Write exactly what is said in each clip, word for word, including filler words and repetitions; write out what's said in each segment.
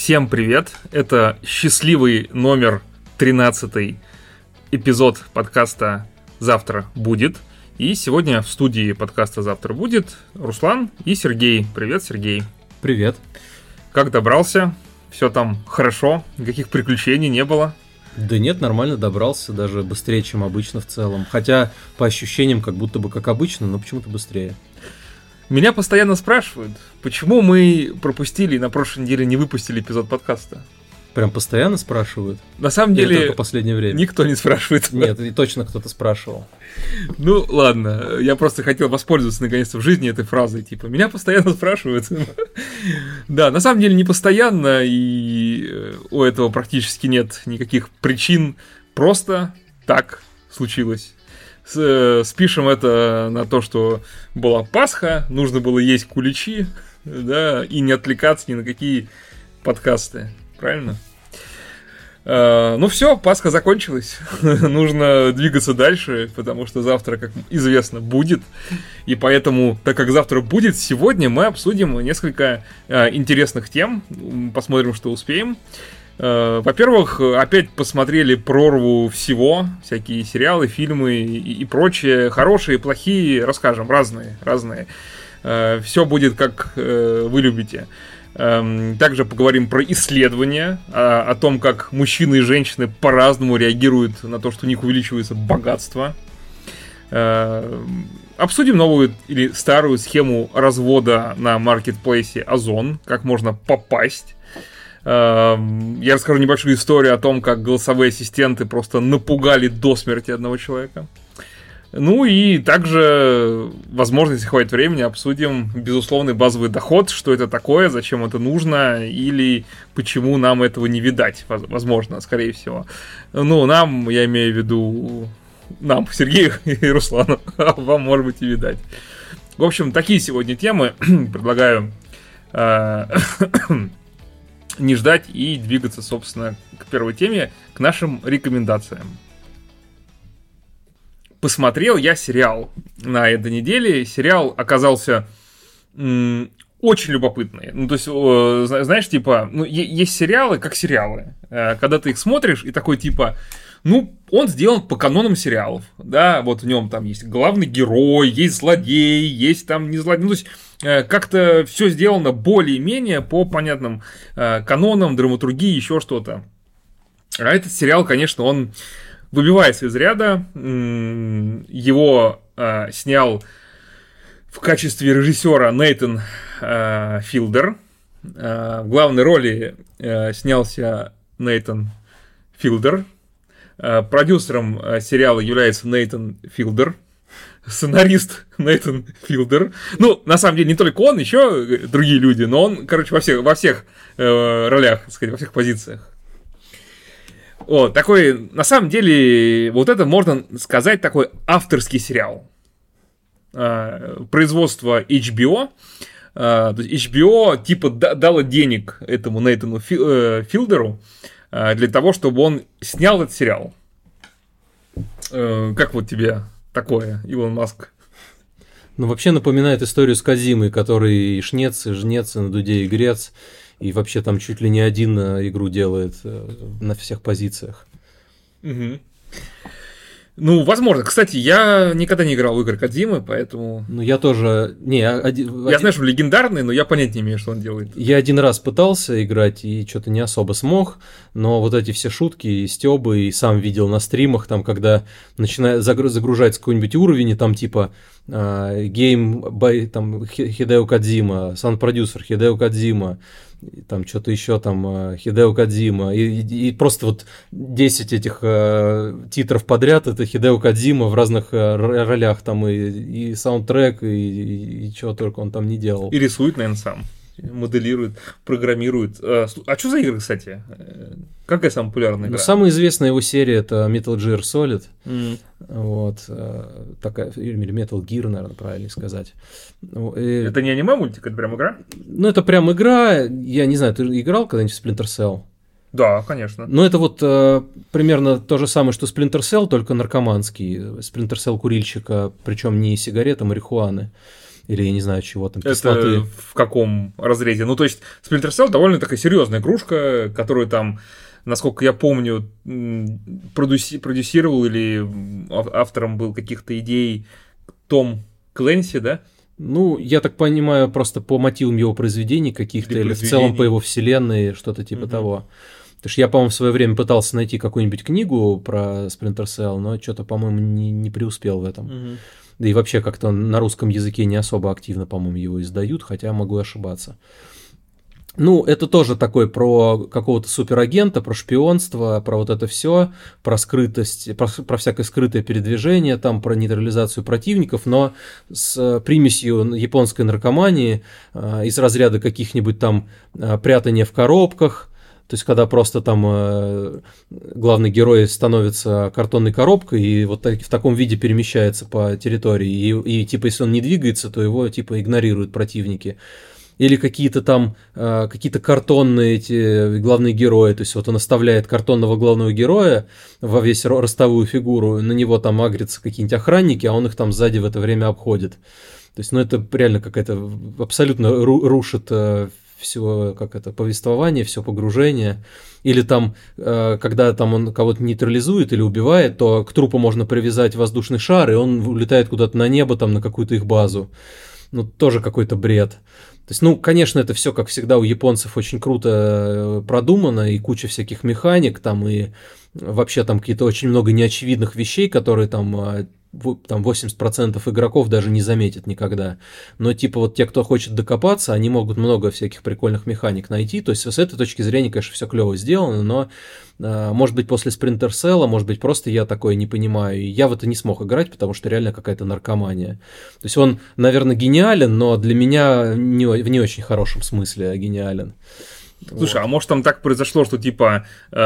Всем привет! Это счастливый номер тринадцатый эпизод подкаста «Завтра будет». И сегодня в студии подкаста «Завтра будет» Руслан и Сергей. Привет, Сергей. Привет. Как добрался? Все там хорошо? Никаких приключений не было? Да нет, нормально добрался, даже быстрее, чем обычно в целом. Хотя по ощущениям как будто бы как обычно, но почему-то быстрее. Меня постоянно спрашивают, почему мы пропустили и на прошлой неделе не выпустили эпизод подкаста. Прям постоянно спрашивают? На самом деле, только в последнее время. Никто не спрашивает. Нет, и точно кто-то спрашивал. Ну, ладно, я просто хотел воспользоваться наконец-то в жизни этой фразой, типа, меня постоянно спрашивают. Да, на самом деле не постоянно, и у этого практически нет никаких причин, просто так случилось. Спишем это на то, что была Пасха, нужно было есть куличи, да, и не отвлекаться ни на какие подкасты, правильно? Ну все, Пасха закончилась, нужно двигаться дальше, потому что завтра, как известно, будет, и поэтому, так как завтра будет, сегодня мы обсудим несколько интересных тем, посмотрим, что успеем. Во-первых, опять посмотрели прорву всего, всякие сериалы, фильмы и, и прочее, хорошие, плохие, расскажем, разные, разные. Все будет, как вы любите. Также поговорим про исследования, о, о том, как мужчины и женщины по-разному реагируют на то, что у них увеличивается богатство. Обсудим новую или старую схему развода на маркетплейсе Озон, как можно попасть. Я расскажу небольшую историю о том, как голосовые ассистенты просто напугали до смерти одного человека. Ну и также, возможно, если хватит времени, обсудим безусловный базовый доход, что это такое, зачем это нужно, или почему нам этого не видать, возможно, скорее всего. Ну, нам, я имею в виду, нам, Сергею и Руслану, а вам, может быть, и видать. В общем, такие сегодня темы. Предлагаю не ждать и двигаться, собственно, к первой теме, к нашим рекомендациям. Посмотрел я сериал на этой неделе. Сериал оказался м- очень любопытный. Ну, то есть, э, знаешь, типа, ну, е- есть сериалы, как сериалы. Э, когда ты их смотришь, и такой, типа, ну, он сделан по канонам сериалов. Да, вот в нем там есть главный герой, есть злодей, есть там не злодей. Ну, то есть, как-то все сделано более-менее по понятным э, канонам, драматургии, еще что-то. А этот сериал, конечно, он выбивается из ряда. Его э, снял в качестве режиссера Нейтан э, Филдер. Э, в главной роли э, снялся Нейтан Филдер. Э, продюсером э, сериала является Нейтан Филдер. Сценарист Нейтан Филдер. Ну, на самом деле, не только он, еще другие люди, но он, короче, во всех, во всех э, ролях, так сказать, во всех позициях. Вот, такой, на самом деле, вот это можно сказать такой авторский сериал. Э, производство эйч би о. Э, то есть эйч би о типа дало денег этому Нейтану Фи, э, Филдеру э, для того, чтобы он снял этот сериал. Э, как вот тебе такое, Илон Маск? Ну, вообще напоминает историю с Кодзимой, который и шнец, и жнец, и на дуде и грец, и вообще там чуть ли не один игру делает на всех позициях. Угу. Ну, возможно. Кстати, я никогда не играл в игры Кодзимы, поэтому... Ну, я тоже... Не, один... Я знаю, что он легендарный, но я понятия не имею, что он делает. Я один раз пытался играть и что-то не особо смог, но вот эти все шутки и стёбы, и сам видел на стримах, там, когда начинает загружать какой-нибудь уровень, и там типа гейм by там Хидео Кодзима, сан-продюсер Хидео Кодзима, там что-то еще там Хидео Кодзима, и, и, и просто вот десять этих э, титров подряд, это Хидео Кодзима в разных э, ролях, там и, и саундтрек, и, и, и чего только он там не делал. И рисует, наверное, сам, моделирует, программирует. А что за игры, кстати? Какая самая популярная игра? Ну, самая известная его серия — это Metal Gear Solid. Mm. Вот, такая, или Metal Gear, наверное, правильно сказать. И... Это не аниме-мультик, это прям игра? Ну, это прям игра. Я не знаю, ты играл когда-нибудь в Splinter Cell? Да, конечно. Ну, это вот э, примерно то же самое, что Splinter Cell, только наркоманский. Splinter Cell курильщика, причем не сигареты, а марихуаны. или я не знаю чего там, кислоты. Это в каком разрезе? Ну, то есть Splinter Cell довольно такая серьезная игрушка, которую там, насколько я помню, продюси- продюсировал или автором был каких-то идей Том Клэнси, да? Ну, я так понимаю, просто по мотивам его произведений каких-то, или, или в целом по его вселенной, что-то типа угу. того. Потому что я, по-моему, в свое время пытался найти какую-нибудь книгу про Splinter Cell, но что-то, по-моему, не, не преуспел в этом. Угу. Да и вообще как-то на русском языке не особо активно, по-моему, его издают, хотя могу ошибаться. Ну, это тоже такой про какого-то суперагента, про шпионство, про вот это все, про скрытость, про, про всякое скрытое передвижение, там, про нейтрализацию противников, но с примесью японской наркомании э, из разряда каких-нибудь там э, прятания в коробках. То есть, когда просто там э, главный герой становится картонной коробкой и вот так, в таком виде перемещается по территории, и, и типа, если он не двигается, то его типа игнорируют противники. Или какие-то там, э, какие-то картонные эти главные герои, то есть вот он оставляет картонного главного героя во весь ростовую фигуру, на него там агрятся какие-нибудь охранники, а он их там сзади в это время обходит. То есть, ну это реально какая-то, абсолютно ру- рушит э, все, как это, повествование, все погружение. Или там, э, когда там он кого-то нейтрализует или убивает, то к трупу можно привязать воздушный шар, и он улетает куда-то на небо, там, на какую-то их базу. Ну, тоже какой-то бред. То есть, ну, конечно, это все, как всегда, у японцев очень круто продумано, и куча всяких механик, там, и вообще там какие-то очень много неочевидных вещей, которые там, там восемьдесят процентов игроков даже не заметят никогда. Но, типа, вот те, кто хочет докопаться, они могут много всяких прикольных механик найти. То есть, с этой точки зрения, конечно, все клево сделано, но, может быть, после Splinter Cell, может быть, просто я такое не понимаю. И я в это не смог играть, потому что реально какая-то наркомания. То есть, он, наверное, гениален, но для меня не, в не очень хорошем смысле гениален. Слушай, вот. А может там так произошло, что типа,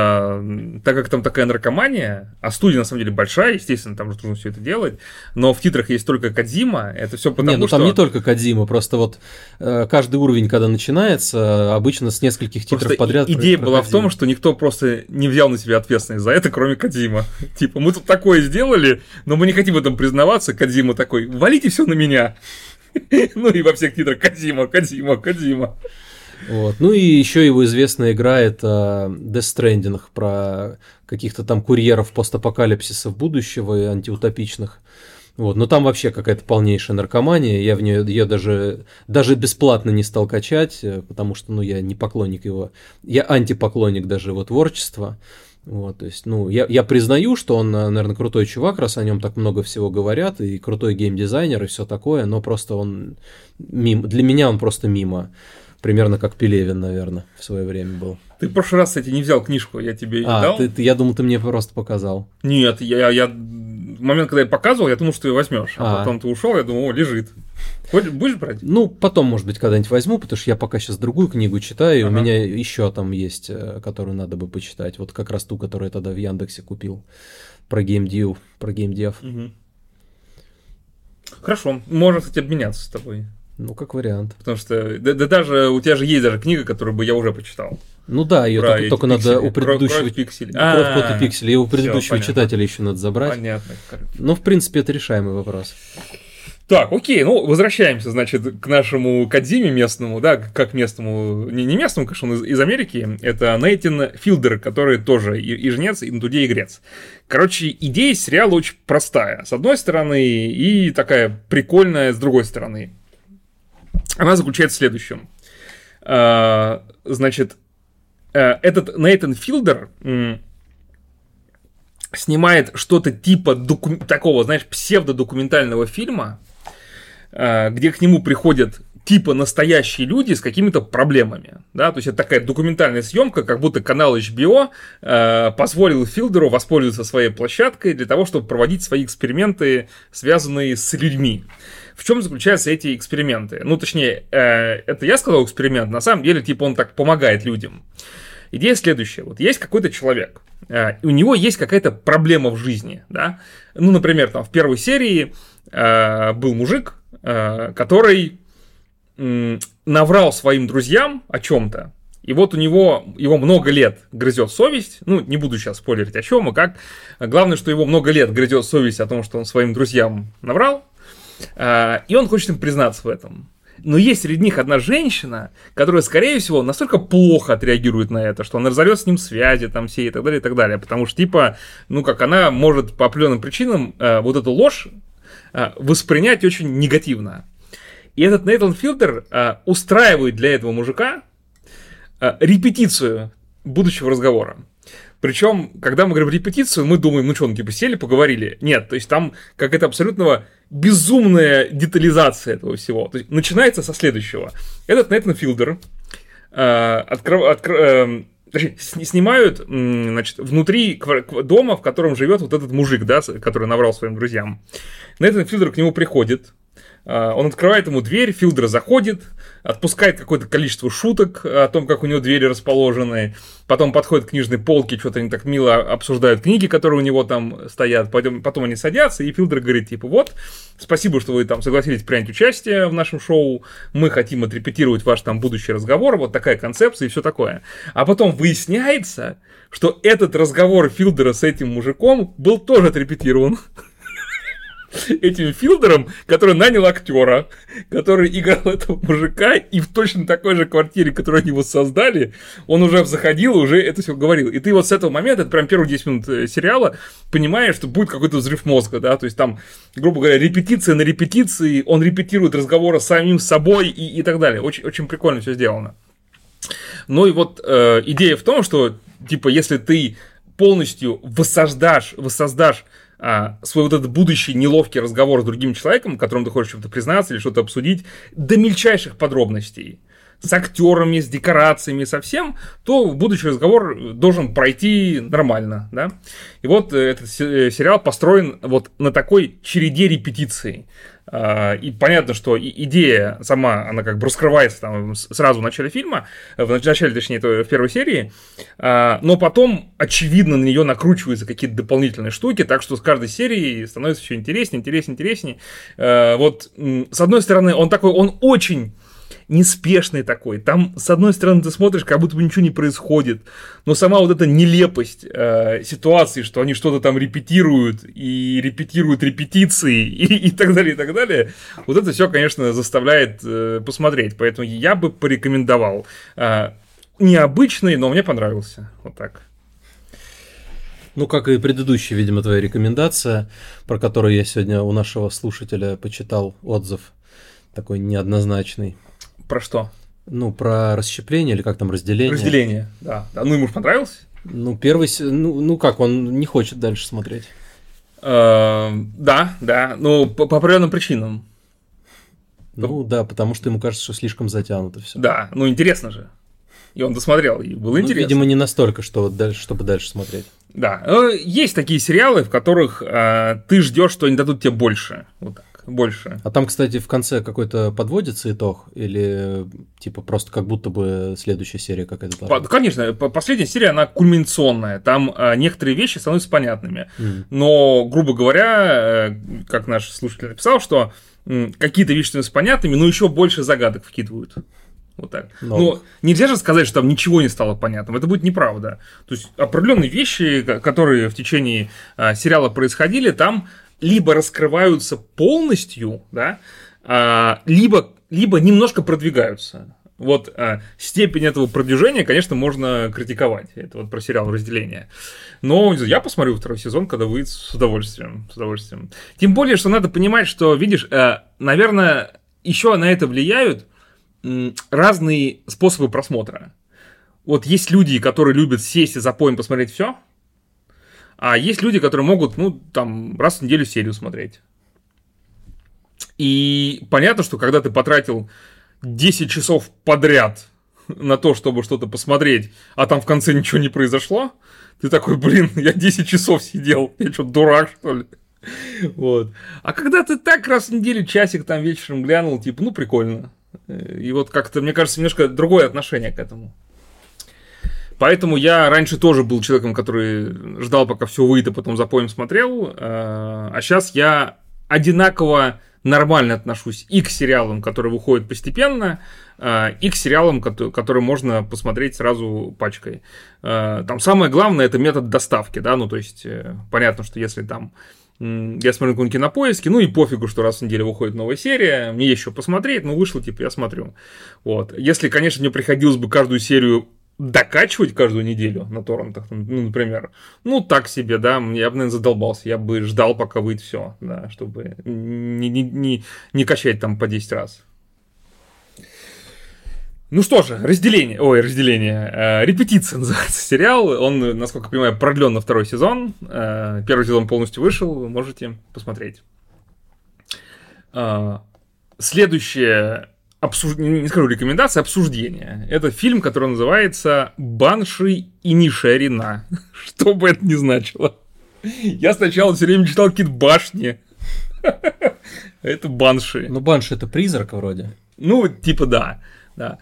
э, так как там такая наркомания, а студия на самом деле большая, естественно, там же нужно все это делать, но в титрах есть только Кодзима, это все потому, не, ну, что... там не только Кодзима, просто вот э, каждый уровень, когда начинается, обычно с нескольких титров просто подряд. Идея про, была про в том, что никто просто не взял на себя ответственность за это, кроме Кодзима. Типа, мы тут такое сделали, но мы не хотим в этом признаваться. Кодзима такой, валите все на меня. Ну и во всех титрах Кодзима, Кодзима, Кодзима. Вот. Ну и еще его известная игра это Death Stranding, про каких-то там курьеров постапокалипсисов будущего и антиутопичных. Вот. Но там вообще какая-то полнейшая наркомания, я в нее ее даже, даже бесплатно не стал качать, потому что ну, я не поклонник его, я антипоклонник даже его творчества. Вот, то есть, ну, я, я признаю, что он, наверное, крутой чувак, раз о нем так много всего говорят, и крутой геймдизайнер, и все такое, но просто он мимо, для меня он просто мимо. Примерно как Пелевин, наверное, в свое время был. Ты в прошлый раз, кстати, не взял книжку, я тебе ее а, дал. Ты, ты, я думал, ты мне просто показал. Нет, я, я в момент, когда я показывал, я думал, что ты ее возьмешь. А, а потом ты ушел, я думал, о, лежит. Хочешь, будешь брать? Ну, потом, может быть, когда-нибудь возьму, потому что я пока сейчас другую книгу читаю, и ага. у меня еще там есть, которую надо бы почитать. Вот как раз ту, которую я тогда в Яндексе купил. Про геймдев. Про геймдев. Угу. Хорошо, можно, кстати, обменяться с тобой. Ну, как вариант. Потому что, да, да даже, у тебя же есть даже книга, которую бы я уже почитал. Ну да, ее только, только надо у предыдущего... Кровь пикселей. Кровь, пот и пиксели. Ее у предыдущего Всё, читателя еще надо забрать. Понятно. Ну, в принципе, это решаемый вопрос. Так, окей, ну, возвращаемся, значит, к нашему Кодзиме местному, да, как местному, не, не местному, конечно, он из, из Америки, это Нейтан Филдер, который тоже и, и жнец, и на туде игрец. Короче, идея сериала очень простая, с одной стороны, и такая прикольная с другой стороны. Она заключается в следующем. А, значит, этот Нейтан Филдер снимает что-то типа доку... такого, знаешь, псевдодокументального фильма, где к нему приходят типа настоящие люди с какими-то проблемами, да, то есть это такая документальная съемка, как будто канал эйч би о э, позволил Филдеру воспользоваться своей площадкой для того, чтобы проводить свои эксперименты, связанные с людьми. В чем заключаются эти эксперименты? Ну, точнее, э, это я сказал эксперимент, на самом деле, типа, он так помогает людям. Идея следующая. Вот есть какой-то человек, э, и у него есть какая-то проблема в жизни, да. Ну, например, там в первой серии э, был мужик, э, который э, наврал своим друзьям о чем-то, и вот у него, его много лет грызет совесть, ну, не буду сейчас спойлерить о чем и как, главное, что его много лет грызет совесть о том, что он своим друзьям наврал. И он хочет им признаться в этом. Но есть среди них одна женщина, которая, скорее всего, настолько плохо отреагирует на это, что она разорвет с ним связи, там, все и так далее, и так далее. Потому что, типа, ну, как она может по определенным причинам э, вот эту ложь э, воспринять очень негативно. И этот Нейтан Филдер э, устраивает для этого мужика э, репетицию будущего разговора. Причем, когда мы говорим репетицию, мы думаем, ну что, ну типа сели, поговорили. Нет, то есть там какая-то абсолютно безумная детализация этого всего. То есть начинается со следующего. Этот Нейтан Филдер э, откро... Откро... э, точнее, снимают э, значит, внутри дома, в котором живет вот этот мужик, да, который наврал своим друзьям. Нейтан Филдер к нему приходит. Он открывает ему дверь, Филдер заходит, отпускает какое-то количество шуток о том, как у него двери расположены, потом подходит к книжной полке, что-то они так мило обсуждают книги, которые у него там стоят, потом, потом они садятся, и Филдер говорит, типа, вот, спасибо, что вы там согласились принять участие в нашем шоу, мы хотим отрепетировать ваш там будущий разговор, вот такая концепция и все такое. А потом выясняется, что этот разговор Филдера с этим мужиком был тоже отрепетирован этим Филдером, который нанял актера, который играл этого мужика, и в точно такой же квартире, которую они его создали, он уже заходил и уже это все говорил. И ты вот с этого момента, это прям первые десять минут сериала, понимаешь, что будет какой-то взрыв мозга, да, то есть там, грубо говоря, репетиция на репетиции, он репетирует разговоры с самим собой и, и так далее. Очень, очень прикольно все сделано. Ну и вот э, идея в том, что, типа, если ты полностью воссоздашь, воссоздашь А, свой вот этот будущий неловкий разговор с другим человеком, которому ты хочешь что-то признаться или что-то обсудить, до мельчайших подробностей, с актерами, с декорациями, со всем, то будущий разговор должен пройти нормально, да. И вот этот сериал построен вот на такой череде репетиций. И понятно, что идея сама, она как бы раскрывается там сразу в начале фильма, в начале, точнее, в первой серии, но потом, очевидно, на нее накручиваются какие-то дополнительные штуки, так что с каждой серией становится все интереснее, интереснее, интереснее. Вот, с одной стороны, он такой, он очень неспешный такой. Там, с одной стороны, ты смотришь, как будто бы ничего не происходит, но сама вот эта нелепость э, ситуации, что они что-то там репетируют, и репетируют репетиции, и, и так далее, и так далее, вот это все, конечно, заставляет э, посмотреть. Поэтому я бы порекомендовал. Э, необычный, но мне понравился. Вот так. Ну, как и предыдущая, видимо, твоя рекомендация, про которую я сегодня у нашего слушателя почитал отзыв, такой неоднозначный. Про что? Ну, про расщепление или как там, разделение. Разделение, да. да. Ну, ему же понравился? Ну, первый, ну, ну как, он не хочет дальше смотреть. Да, да, ну, по, по определенным причинам. Ну, да, потому что ему кажется, что слишком затянуто все. Да, ну, интересно же. И он досмотрел, и было ну, интересно. Видимо, не настолько, что дальше, чтобы дальше смотреть. Да, есть такие сериалы, в которых э, ты ждешь, что они дадут тебе больше. Вот так. Больше. А там, кстати, в конце какой-то подводится итог? Или типа просто как будто бы следующая серия какая-то? По- конечно, последняя серия, она кульминационная. Там а, некоторые вещи становятся понятными. Mm. Но, грубо говоря, как наш слушатель написал, что м, какие-то вещи становятся понятными, но еще больше загадок вкидывают. Вот так. No. Но нельзя же сказать, что там ничего не стало понятным. Это будет неправда. То есть определенные вещи, которые в течение а, сериала происходили, там либо раскрываются полностью, да, а, либо, либо немножко продвигаются. Вот а, степень этого продвижения, конечно, можно критиковать. Это вот про сериал «Разделение». Но я посмотрю второй сезон, когда выйдет, с удовольствием, с удовольствием. Тем более, что надо понимать, что, видишь, а, наверное, еще на это влияют м, разные способы просмотра. Вот есть люди, которые любят сесть и запоем посмотреть все. А есть люди, которые могут, ну, там, раз в неделю серию смотреть. И понятно, что когда ты потратил десять часов подряд на то, чтобы что-то посмотреть, а там в конце ничего не произошло, ты такой, блин, я десять часов сидел, я что, дурак, что ли? Вот. А когда ты так раз в неделю часик там вечером глянул, типа, ну, прикольно. И вот как-то, мне кажется, немножко другое отношение к этому. Поэтому я раньше тоже был человеком, который ждал, пока все выйдет, а потом запоем смотрел. А сейчас я одинаково нормально отношусь и к сериалам, которые выходят постепенно, и к сериалам, которые можно посмотреть сразу пачкой. Там самое главное — это метод доставки, да, ну то есть понятно, что если там Я смотрю на Кинопоиске, ну и пофигу, что раз в неделю выходит новая серия, мне есть что посмотреть, ну вышло, типа, я смотрю. Вот. Если, конечно, мне приходилось бы каждую серию докачивать каждую неделю на торрентах, ну, например, ну, так себе, да, я бы, наверное, задолбался, я бы ждал, пока выйдет все, да, чтобы не, не, не, не качать там по десять раз. Ну что же, разделение, ой, разделение, э, репетиция называется сериал, он, насколько я понимаю, продлен на второй сезон, э, первый сезон полностью вышел, вы можете посмотреть. Э, следующее, обсуж... не скажу рекомендация, обсуждение, это фильм, который называется «Банши Инишерина», что бы это ни значило. Я сначала все время читал какие-то башни, это Банши. Ну, Банши это призрак вроде. Ну, типа да. Да.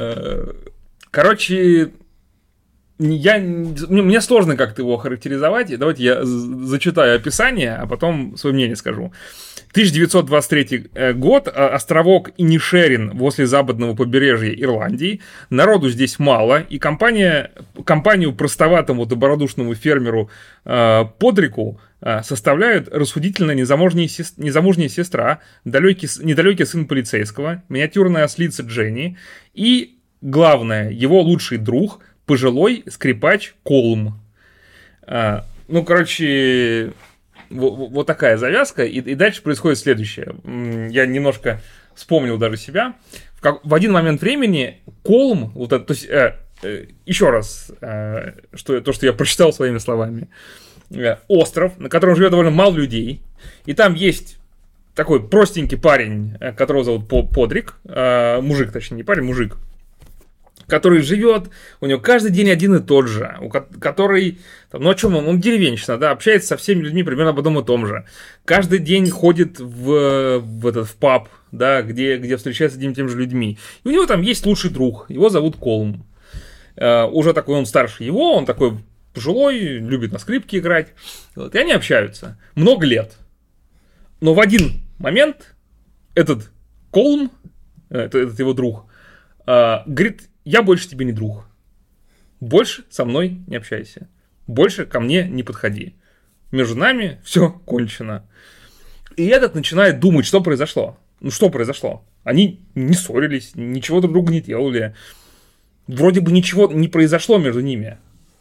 Короче, я, мне сложно как-то его характеризовать. Давайте я зачитаю описание, а потом свое мнение скажу. тысяча девятьсот двадцать третий год, островок Инишерин возле западного побережья Ирландии. Народу здесь мало, и компания, компанию простоватому добродушному фермеру э, Подрику э, составляют рассудительная незамужняя, сес, незамужняя сестра, далекий, недалекий сын полицейского, миниатюрная ослица Дженни и, главное, его лучший друг, пожилой скрипач Колм. Э, ну, короче... Вот такая завязка, и, и дальше происходит следующее. Я немножко вспомнил даже себя. В, как, в один момент времени Колм, вот это, то есть, э, э, еще раз, э, что, то, что я прочитал своими словами, э, остров, на котором живет довольно мало людей, и там есть такой простенький парень, которого зовут Подрик, э, мужик, точнее, не парень, мужик, который живет, у него каждый день один и тот же, у который, там, ну о чем он, он деревенщина, да, общается со всеми людьми примерно об одном и том же, каждый день ходит в, в этот, в паб, да, где, где встречается с одними и теми же людьми, и у него там есть лучший друг, его зовут Колм, uh, уже такой он старше его, он такой пожилой, любит на скрипке играть, вот, и они общаются много лет, но в один момент этот Колм, этот, этот его друг, uh, говорит: я больше тебе не друг. Больше со мной не общайся. Больше ко мне не подходи. Между нами все кончено. И этот начинает думать, что произошло. Ну, что произошло? Они не ссорились, ничего друг другу не делали. Вроде бы ничего не произошло между ними.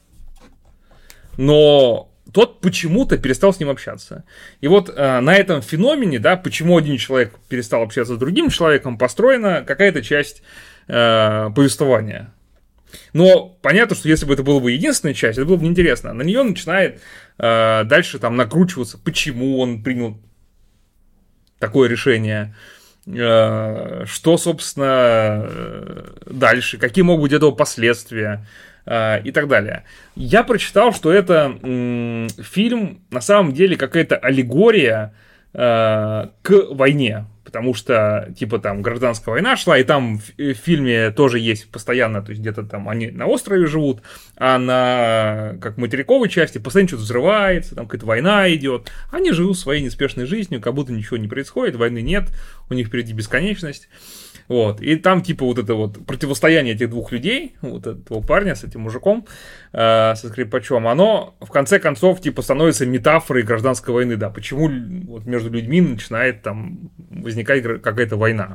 Но тот почему-то перестал с ним общаться. И вот э, на этом феномене, да, почему один человек перестал общаться с другим человеком, построена какая-то часть повествования. Но понятно, что если бы это была бы единственная часть, это было бы неинтересно. На нее начинает э, дальше там накручиваться, почему он принял такое решение, э, что, собственно, э, дальше, какие могут быть этого последствия э, и так далее. Я прочитал, что это э, фильм на самом деле какая-то аллегория э, к войне. Потому что, типа, там, гражданская война шла, и там в, в фильме тоже есть постоянно, то есть где-то там они на острове живут, а на, как материковой части, постоянно что-то взрывается, там какая-то война идет. Они живут своей неспешной жизнью, как будто ничего не происходит, войны нет, у них впереди бесконечность. Вот. И там, типа, вот это вот противостояние этих двух людей, вот этого парня с этим мужиком, э, со скрипачом, оно, в конце концов, типа, становится метафорой гражданской войны, да, почему вот между людьми начинает там возникать какая-то война.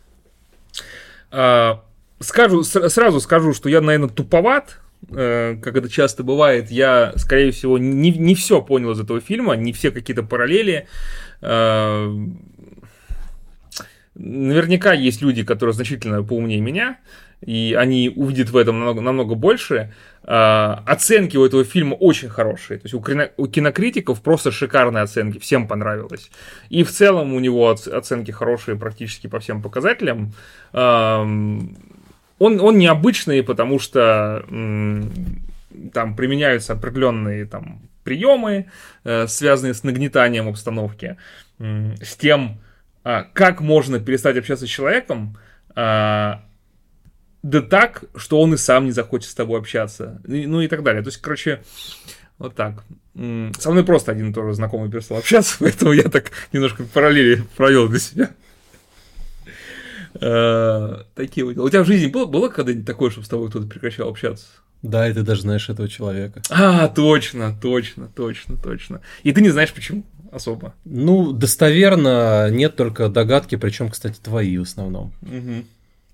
Э, скажу, с- сразу скажу, что я, наверное, туповат, э, как это часто бывает, я, скорее всего, не, не все понял из этого фильма, не все какие-то параллели, э, наверняка есть люди, которые значительно поумнее меня, и они увидят в этом намного, намного больше. А, оценки у этого фильма очень хорошие. То есть у, кино, у кинокритиков просто шикарные оценки, всем понравилось. И в целом у него оценки хорошие практически по всем показателям. А, он, он необычный, потому что м, там применяются определенные там, приемы, э, связанные с нагнетанием обстановки, э, с тем, как можно перестать общаться с человеком, а, да так, что он и сам не захочет с тобой общаться, и, ну и так далее. То есть, короче, вот так. Со мной просто один тоже знакомый перестал общаться, поэтому я так немножко параллели провел для себя. А, такие вот. У тебя в жизни было, было когда-нибудь такое, чтобы с тобой кто-то прекращал общаться? Да, и ты даже знаешь этого человека. А, точно, точно, точно, точно. И ты не знаешь почему. особо. Ну, достоверно нет, только догадки, причем, кстати, твои в основном. Угу.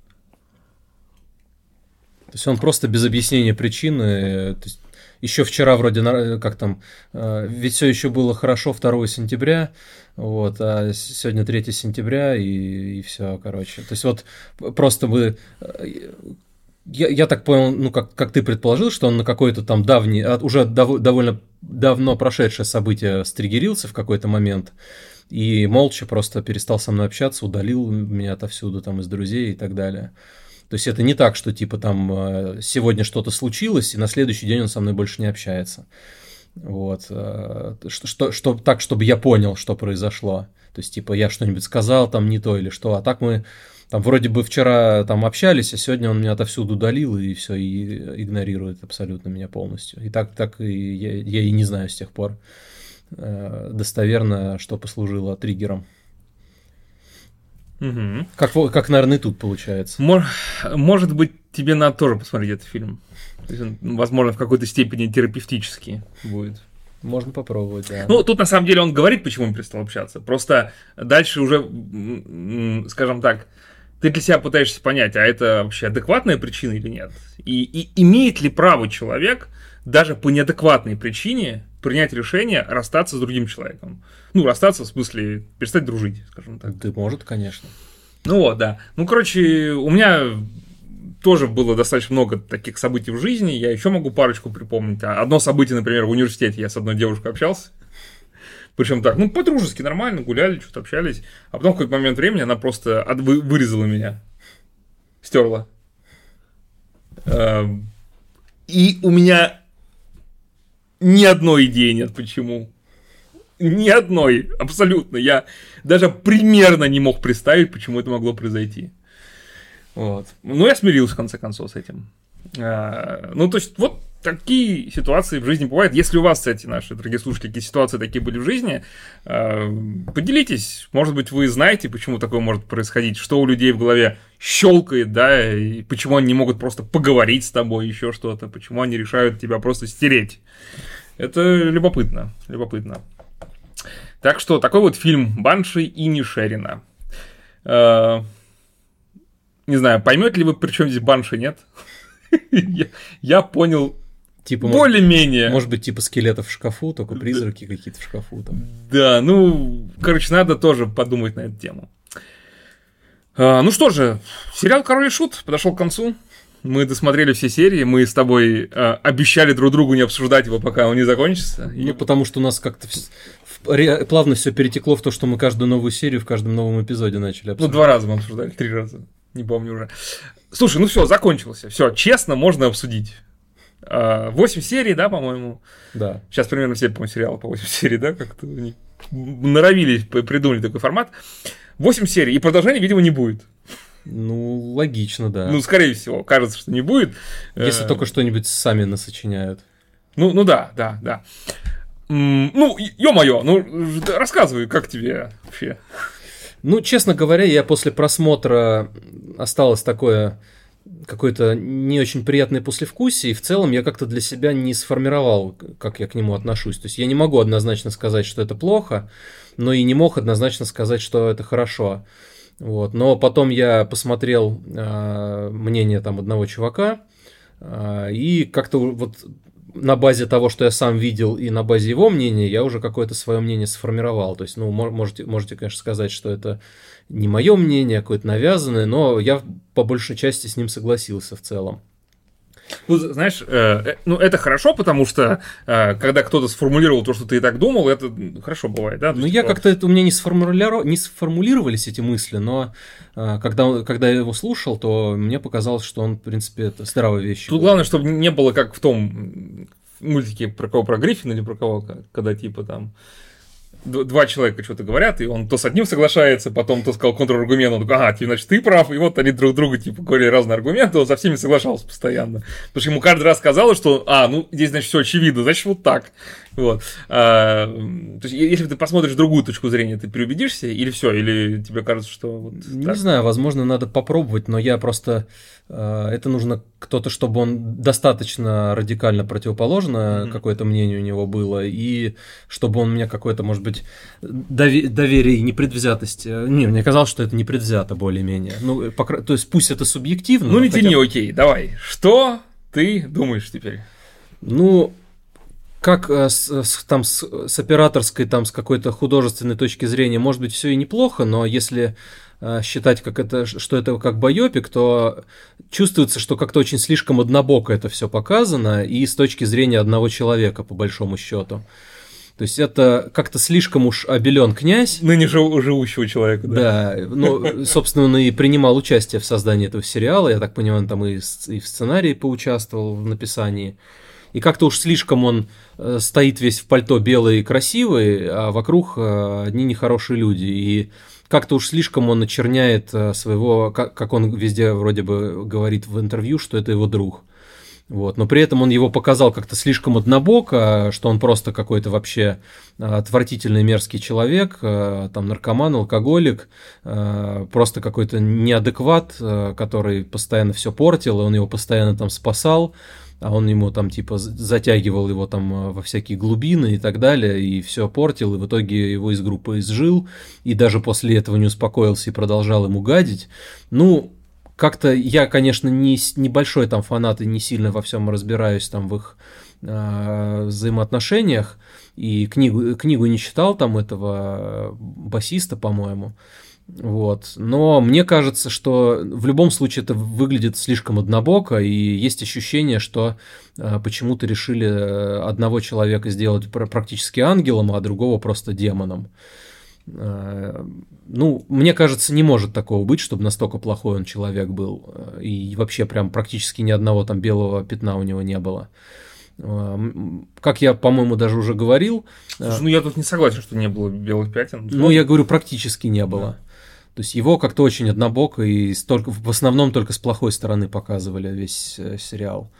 То есть он просто без объяснения причины. То есть еще вчера вроде, как там, ведь все еще было хорошо второго сентября, вот, а сегодня третьего сентября, и, и все, короче. То есть вот просто бы... Я, я так понял, ну, как, как ты предположил, что он на какой-то там давний, уже дов, довольно давно прошедшее событие стригерился в какой-то момент, и молча просто перестал со мной общаться, удалил меня отовсюду, там, из друзей и так далее. То есть это не так, что типа там сегодня что-то случилось, и на следующий день он со мной больше не общается. Вот. Что, что, что, так, чтобы я понял, что произошло. То есть типа я что-нибудь сказал там не то или что, а так мы... Там вроде бы вчера там общались, а сегодня он меня отовсюду удалил и все, и игнорирует абсолютно меня полностью. И так, так и я, я и не знаю с тех пор э, достоверно, что послужило триггером. Угу. Как, как, наверное, и тут получается. Мож, может быть, тебе надо тоже посмотреть этот фильм. То есть он, возможно, в какой-то степени терапевтический будет. Можно попробовать, да. Ну, тут на самом деле он говорит, почему он перестал общаться. Просто дальше уже, скажем так, ты для себя пытаешься понять, а это вообще адекватная причина или нет? И, и имеет ли право человек даже по неадекватной причине принять решение расстаться с другим человеком? Ну, расстаться в смысле перестать дружить, скажем так. Да может, конечно. Ну вот, да. Ну, короче, у меня тоже было достаточно много таких событий в жизни. Я еще могу парочку припомнить. Одно событие, например, в университете я с одной девушкой общался. Причем так, ну, по-дружески, нормально, гуляли, что-то общались. А потом в какой-то момент времени она просто от... вырезала меня. Стерла. И у меня ни одной идеи нет, почему. Ни одной, абсолютно. Я даже примерно не мог представить, почему это могло произойти. Вот. Но я смирился, в конце концов, с этим. Ну, то есть, вот такие ситуации в жизни бывают. Если у вас, кстати, наши дорогие слушатели, какие ситуации такие были в жизни, поделитесь. Может быть, вы знаете, почему такое может происходить, что у людей в голове щелкает, да, и почему они не могут просто поговорить с тобой, еще что-то, почему они решают тебя просто стереть. Это любопытно, любопытно. Так что такой вот фильм «Банши Инишерина». Не знаю, поймете ли вы, при чем здесь Банши, нет? я, я понял типа, более-менее. Может, может быть, типа скелетов в шкафу, только призраки какие-то в шкафу. Там. Да, ну, короче, надо тоже подумать на эту тему. А, ну что же, сериал «Король и Шут» подошел к концу. Мы досмотрели все серии, мы с тобой э, обещали друг другу не обсуждать его, пока он не закончится. Ну, и... потому что у нас как-то в... В... плавно все перетекло в то, что мы каждую новую серию в каждом новом эпизоде начали обсуждать. Ну, два раза мы обсуждали, три раза, не помню уже. Слушай, ну все, закончился, все, честно, можно обсудить. Восемь серий, да, по-моему? Да. Сейчас примерно все, по-моему, сериалы по восемь серий, да, как-то они норовились, придумали такой формат. Восемь серий, и продолжения, видимо, не будет. Ну, логично, да. Ну, скорее всего, кажется, что не будет. Если только что-нибудь сами насочиняют. Ну, ну да, да, да. Ну, ё-моё, ну, рассказывай, как тебе вообще? Ну, честно говоря, я после просмотра осталось такое какое-то не очень приятное послевкусие, и в целом я как-то для себя не сформировал, как я к нему отношусь. То есть я не могу однозначно сказать, что это плохо, но и не мог однозначно сказать, что это хорошо. Вот. Но потом я посмотрел э, мнение там одного чувака, э, и как-то вот на базе того, что я сам видел, и на базе его мнения, я уже какое-то свое мнение сформировал. То есть, ну, можете, можете, конечно, сказать, что это не мое мнение, а какое-то навязанное, но я по большей части с ним согласился в целом. Ну, знаешь, э, ну, это хорошо, потому что э, когда кто-то сформулировал то, что ты и так думал, это хорошо бывает, да? Ну, я типа... как-то это у меня не, сформулиров... не сформулировались эти мысли, но э, когда, когда я его слушал, то мне показалось, что он, в принципе, это здравая вещь. Тут главное, чтобы не было как в том мультике про кого, про Гриффина или про кого, когда типа там два человека что-то говорят, и он то с одним соглашается, потом то сказал контраргумент, он такой, ага, типа, значит, ты прав, и вот они друг другу, типа, говорили разные аргументы, он со всеми соглашался постоянно, потому что ему каждый раз казалось, что, а, ну, здесь, значит, все очевидно, значит, вот так, Вот. А, то есть, если ты посмотришь другую точку зрения, ты переубедишься, или все, или тебе кажется, что... Вот не так? знаю, возможно, надо попробовать, но я просто... Это нужно кто-то, чтобы он достаточно радикально противоположно mm-hmm. какое-то мнение у него было, и чтобы он мне какое-то, может быть, доверие и непредвзятость... Не, мне казалось, что это непредвзято более-менее. Ну, по... То есть пусть это субъективно. Ну, не тяни, хотя... окей, давай. Что ты думаешь теперь? Ну... Как э, с, с, там, с, с операторской, там, с какой-то художественной точки зрения, может быть, все и неплохо, но если э, считать, как это, что это как байопик, то чувствуется, что как-то очень слишком однобоко это все показано, и с точки зрения одного человека, по большому счету. То есть это как-то слишком уж обелен князь. Ныне жив, живущего человека, да. Да, ну, собственно, он и принимал участие в создании этого сериала, я так понимаю, он там и, и в сценарии поучаствовал в написании. И как-то уж слишком он э, стоит весь в пальто белый и красивый, а вокруг э, одни нехорошие люди. И как-то уж слишком он очерняет э, своего, как, как он везде вроде бы говорит в интервью, что это его друг. Вот. Но при этом он его показал как-то слишком однобоко, что он просто какой-то вообще отвратительный мерзкий человек, э, там наркоман, алкоголик, э, просто какой-то неадекват, э, который постоянно все портил, и он его постоянно там спасал. А он ему там типа затягивал его там во всякие глубины и так далее, и все портил, и в итоге его из группы изжил, и даже после этого не успокоился и продолжал ему гадить. Ну, как-то я, конечно, не небольшой там фанат и не сильно во всем разбираюсь там в их э, взаимоотношениях, и книгу, книгу не читал там этого басиста, по-моему. Вот. Но мне кажется, что в любом случае это выглядит слишком однобоко, и есть ощущение, что э, почему-то решили одного человека сделать практически ангелом, а другого просто демоном. Э, ну, мне кажется, не может такого быть, чтобы настолько плохой он человек был, и вообще прям практически ни одного там белого пятна у него не было. Как я, по-моему, даже уже говорил... Слушай, ну я тут не согласен, что не было белых пятен. Ну, я говорю, практически не было. Да. То есть его как-то очень однобоко и столько, в основном только с плохой стороны показывали весь сериал.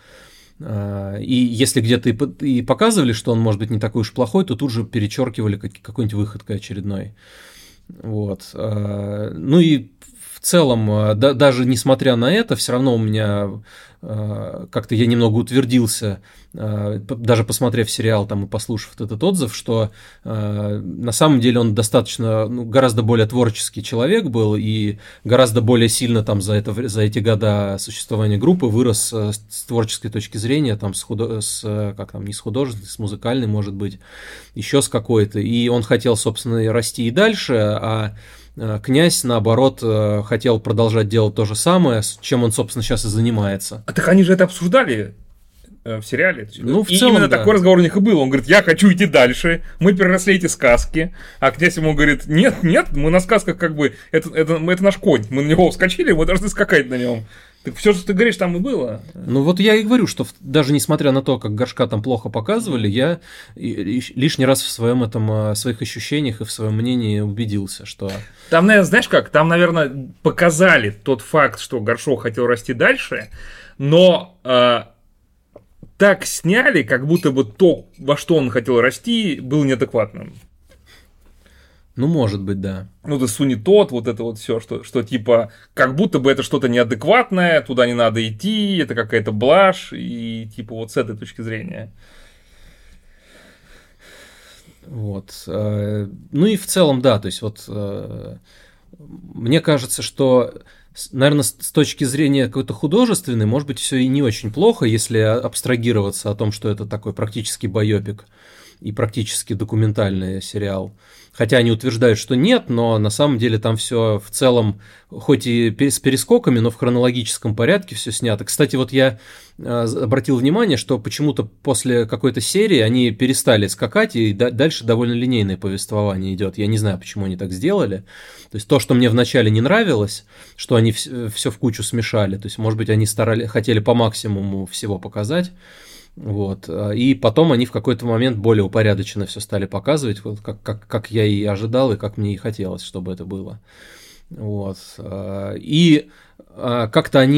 И если где-то и показывали, что он может быть не такой уж плохой, то тут же перечеркивали какой-нибудь выходкой очередной. Вот. Ну и в целом, да, даже несмотря на это, все равно у меня как-то я немного утвердился, даже посмотрев сериал там и послушав этот отзыв, что на самом деле он достаточно, ну, гораздо более творческий человек был и гораздо более сильно там за, это, за эти года существования группы вырос с творческой точки зрения, там, с, худо, с, как там, не с художественной, с музыкальной, может быть, еще с какой-то. И он хотел, собственно, расти и дальше, а князь, наоборот, хотел продолжать делать то же самое, чем он, собственно, сейчас и занимается. А так они же это обсуждали в сериале. Ну, в и целом, именно да. такой разговор у них и был. Он говорит, я хочу идти дальше, мы переросли эти сказки. А князь ему говорит, нет, нет, мы на сказках как бы, это, это, это наш конь, мы на него вскочили, мы должны скакать на нем. Так все, что ты говоришь, там и было. Ну вот я и говорю, что даже несмотря на то, как Горшка там плохо показывали, я лишний раз в своем этом, своих ощущениях и в своем мнении убедился, что... Там, наверное, знаешь как, там, наверное, показали тот факт, что Горшок хотел расти дальше, но э, так сняли, как будто бы то, во что он хотел расти, было неадекватным. Ну, может быть, да. Ну, да суни тот, вот это вот все, что, что типа, как будто бы это что-то неадекватное, туда не надо идти, это какая-то блажь, и типа вот с этой точки зрения. Вот. Ну и в целом, да, то есть вот мне кажется, что, наверное, с точки зрения какой-то художественной, может быть, все и не очень плохо, если абстрагироваться о том, что это такой практически байопик и практически документальный сериал. Хотя они утверждают, что нет, но на самом деле там все в целом, хоть и с перескоками, но в хронологическом порядке все снято. Кстати, вот я обратил внимание, что почему-то после какой-то серии они перестали скакать, и дальше довольно линейное повествование идет. Я не знаю, почему они так сделали. То есть то, что мне вначале не нравилось, что они все в кучу смешали, то есть, может быть, они старали, хотели по максимуму всего показать. Вот. И потом они в какой-то момент более упорядоченно все стали показывать, вот как, как, как я и ожидал, и как мне и хотелось, чтобы это было. Вот. И как-то они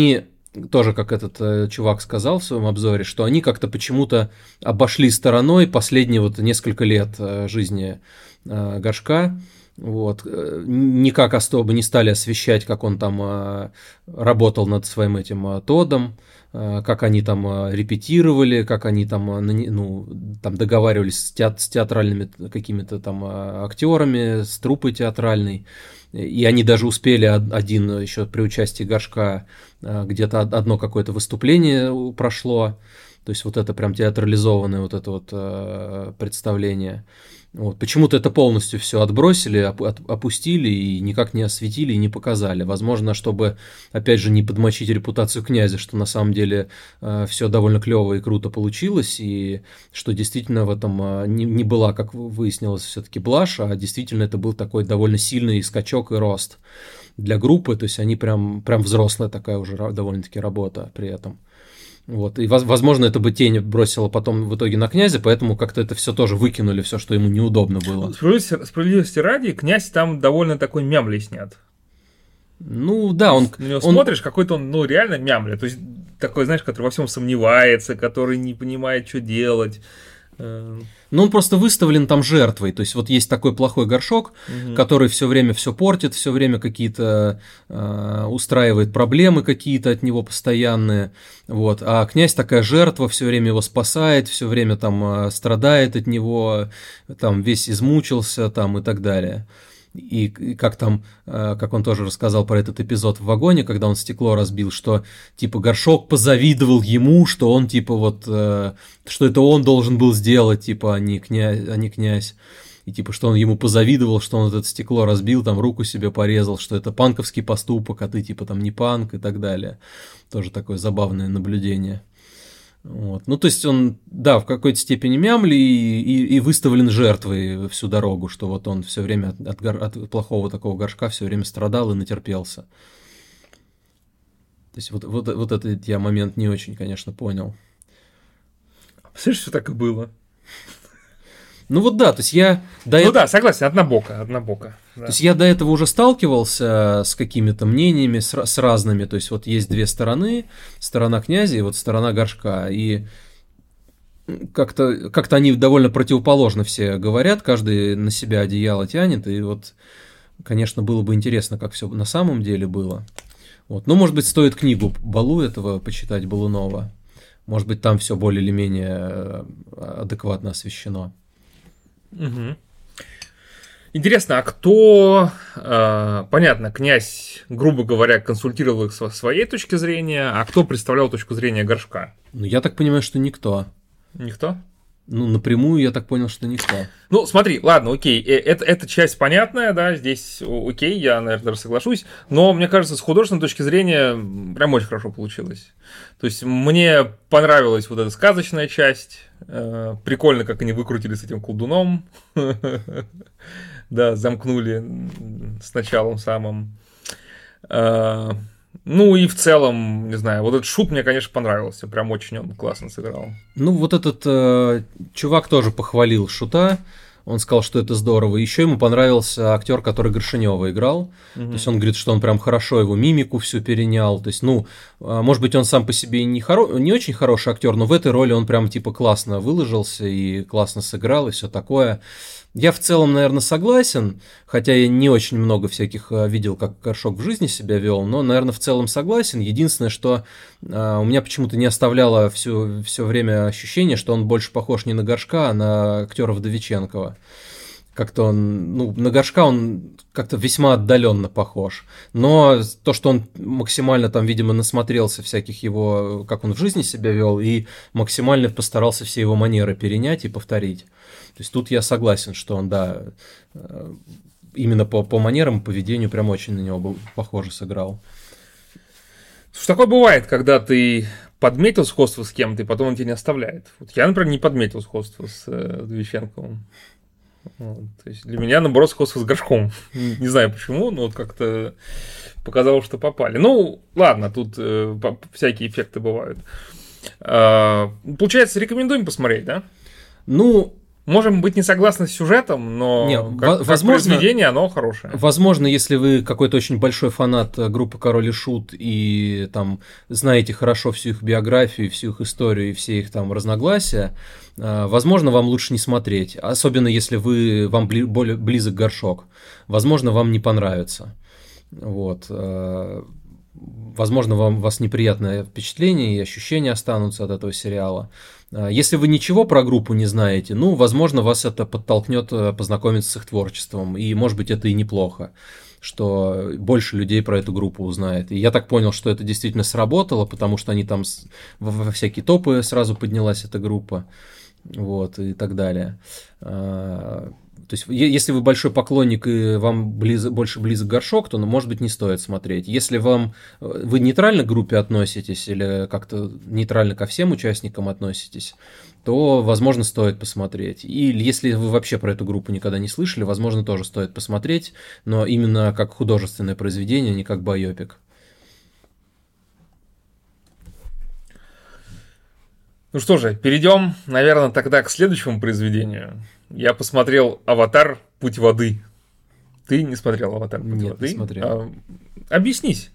тоже, как этот э, чувак сказал в своем обзоре, что они как-то почему-то обошли стороной последние вот несколько лет э, жизни э, Горшка. Вот. Никак особо не стали освещать, как он там э, работал над своим этим э, Тодом, э, как они там э, репетировали, как они там, э, ну, там договаривались с, теат- с театральными какими-то там э, актерами, с труппой театральной. И они даже успели один еще при участии Горшка, э, где-то одно какое-то выступление прошло. То есть вот это прям театрализованное вот это вот э, представление. Вот. Почему-то это полностью все отбросили, опустили и никак не осветили и не показали. Возможно, чтобы, опять же, не подмочить репутацию князя, что на самом деле э, все довольно клево и круто получилось, и что действительно в этом э, не, не была, как выяснилось, все-таки блажь, а действительно это был такой довольно сильный скачок и рост для группы. То есть они прям, прям взрослая такая уже довольно-таки работа при этом. Вот. И, возможно, это бы тень бросило потом в итоге на князя, поэтому как-то это все тоже выкинули, все, что ему неудобно было. Справедливости, справедливости ради, князь там довольно такой мямлей снят. Ну, да, он... На него он... смотришь, какой-то он, ну, реально мямля. То есть, такой, знаешь, который во всем сомневается, который не понимает, что делать. Ну, он просто выставлен там жертвой. То есть, вот есть такой плохой Горшок, угу. который все время все портит, все время какие-то э, устраивает проблемы какие-то от него постоянные. Вот. А князь такая жертва, все время его спасает, все время там э, страдает от него, там весь измучился там, и так далее. И, и как там, э, как он тоже рассказал про этот эпизод в вагоне, когда он стекло разбил, что типа Горшок позавидовал ему, что он типа вот, э, что это он должен был сделать, типа, а не князь, а не князь. И типа, что он ему позавидовал, что он вот это стекло разбил, там руку себе порезал, что это панковский поступок, а ты типа там не панк и так далее. Тоже такое забавное наблюдение. Вот. Ну, то есть он, да, в какой-то степени мямли и, и, и выставлен жертвой всю дорогу, что вот он все время от, от, от плохого такого Горшка все время страдал и натерпелся. То есть вот, вот, вот этот я момент не очень, конечно, понял. Представляешь, что так и было? Ну вот да, то есть я... До ну это... да, согласен, однобоко, однобоко. Да. То есть я до этого уже сталкивался с какими-то мнениями, с, с разными. То есть вот есть две стороны, сторона князя и вот сторона Горшка. И как-то, как-то они довольно противоположно все говорят, каждый на себя одеяло тянет. И вот, конечно, было бы интересно, как все на самом деле было. Вот. Ну, может быть, стоит книгу Балу этого почитать, Балунова. Может быть, там все более или менее адекватно освещено. Угу. Интересно, а кто, э, понятно, князь, грубо говоря, консультировал их со своей точки зрения, а кто представлял точку зрения Горшка? Ну, я так понимаю, что никто. Никто? Ну, напрямую я так понял, что никто. Ну, смотри, ладно, окей, это, эта часть понятная, да, здесь окей, я, наверное, соглашусь, но, мне кажется, с художественной точки зрения прям очень хорошо получилось. То есть, мне понравилась вот эта сказочная часть, э, прикольно, как они выкрутили с этим колдуном, да, замкнули с началом самым. Ну и в целом, не знаю, вот этот шут мне, конечно, понравился, прям очень он классно сыграл. Ну вот этот э, чувак тоже похвалил шута, он сказал, что это здорово. Еще ему понравился актер, который Горшенева играл, угу. То есть он говорит, что он прям хорошо его мимику всю перенял, то есть, ну, может быть, он сам по себе не, хоро... не очень хороший актер, но в этой роли он прям типа классно выложился и классно сыграл и все такое. Я в целом, наверное, согласен, хотя я не очень много всяких видел, как Горшок в жизни себя вел, но, наверное, в целом согласен. Единственное, что а, у меня почему-то не оставляло все, все время ощущение, что он больше похож не на Горшка, а на актера Вдовиченкова. Как-то он, ну, на Горшка он как-то весьма отдаленно похож. Но то, что он максимально там, видимо, насмотрелся всяких его, как он в жизни себя вел, и максимально постарался все его манеры перенять и повторить. То есть тут я согласен, что он, да, именно по, по манерам и поведению прям очень на него был, похоже сыграл. Слушай, такое бывает, когда ты подметил сходство с кем-то, и потом он тебя не оставляет. Вот я, например, не подметил сходство с э, Вдовиченковым. Вот, то есть для меня, наоборот, сходство с Горшком. Не знаю почему, но вот как-то показалось, что попали. Ну, ладно, тут э, всякие эффекты бывают. Э, получается, рекомендуем посмотреть, да? Ну, Можем быть не согласны с сюжетом, но Не, как, возможно, как произведение оно хорошее. Возможно, если вы какой-то очень большой фанат группы Король и Шут и там знаете хорошо всю их биографию, всю их историю и все их там разногласия, возможно, вам лучше не смотреть. Особенно если вы, вам бли, более близок горшок. Возможно, вам не понравится. Вот. Возможно, вам, у вас неприятное впечатление и ощущения останутся от этого сериала. Если вы ничего про группу не знаете, ну, возможно, вас это подтолкнет познакомиться с их творчеством, и, может быть, это и неплохо, что больше людей про эту группу узнает. И я так понял, что это действительно сработало, потому что они там во всякие топы сразу поднялась эта группа, вот, и так далее. То есть, если вы большой поклонник и вам близ, больше близок горшок, то, ну, может быть, не стоит смотреть. Если вам вы нейтрально к группе относитесь или как-то нейтрально ко всем участникам относитесь, то, возможно, стоит посмотреть. И если вы вообще про эту группу никогда не слышали, возможно, тоже стоит посмотреть, но именно как художественное произведение, а не как байопик. Ну что же, перейдем, наверное, тогда к следующему произведению. Я посмотрел «Аватар. Путь воды». Ты не смотрел «Аватар. Путь Нет, воды»? Не смотрел. А, объяснись.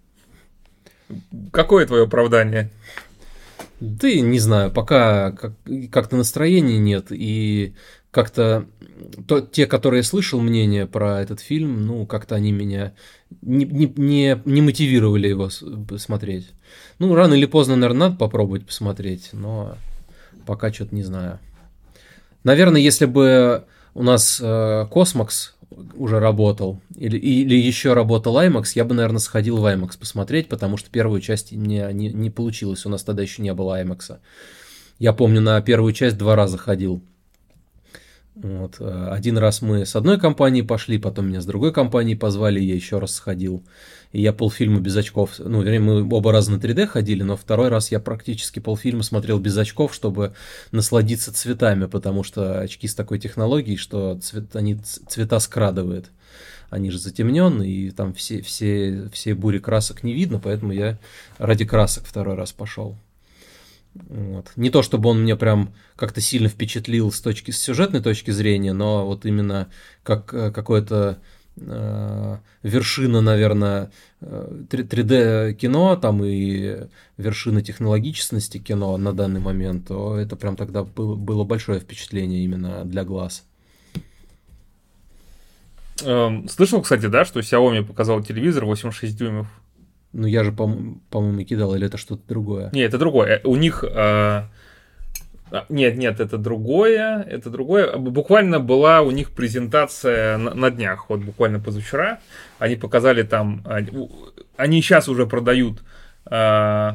Какое твое оправдание? Да не знаю, пока как- как-то настроения нет, и как-то то, те, которые я слышал мнение про этот фильм, ну, как-то они меня не, не, не, не мотивировали его с- смотреть. Ну, рано или поздно, наверное, надо попробовать посмотреть, но пока что-то не знаю. Наверное, если бы у нас э, Космокс уже работал, или, или еще работал IMAX, я бы, наверное, сходил в IMAX посмотреть, потому что первую часть мне не, не получилось, у нас тогда еще не было IMAX. Я помню, на первую часть два раза ходил. Вот. Один раз мы с одной компанией пошли, потом меня с другой компанией позвали, я еще раз сходил. И я полфильма без очков, ну, вернее, мы оба раза на три дэ ходили, но второй раз я практически полфильма смотрел без очков, чтобы насладиться цветами, потому что очки с такой технологией, что цвет, они цвета скрадывают. Они же затемненные, и там все, все, все бури красок не видно, поэтому я ради красок второй раз пошел. Вот. Не то чтобы он меня прям как-то сильно впечатлил с точки с сюжетной точки зрения, но вот именно как какое-то э, вершина, наверное, три дэ кино, там и вершина технологичности кино на данный момент, то это прям тогда было, было большое впечатление именно для глаз. Эм, слышал, кстати, да, что Xiaomi показал телевизор восемьдесят шесть дюймов? Ну, я же, по- по-моему, кидал, или это что-то другое? Нет, это другое. У них... Э... Нет, нет, это другое, это другое. Буквально была у них презентация на, на днях, вот буквально позавчера. Они показали там... Они сейчас уже продают э...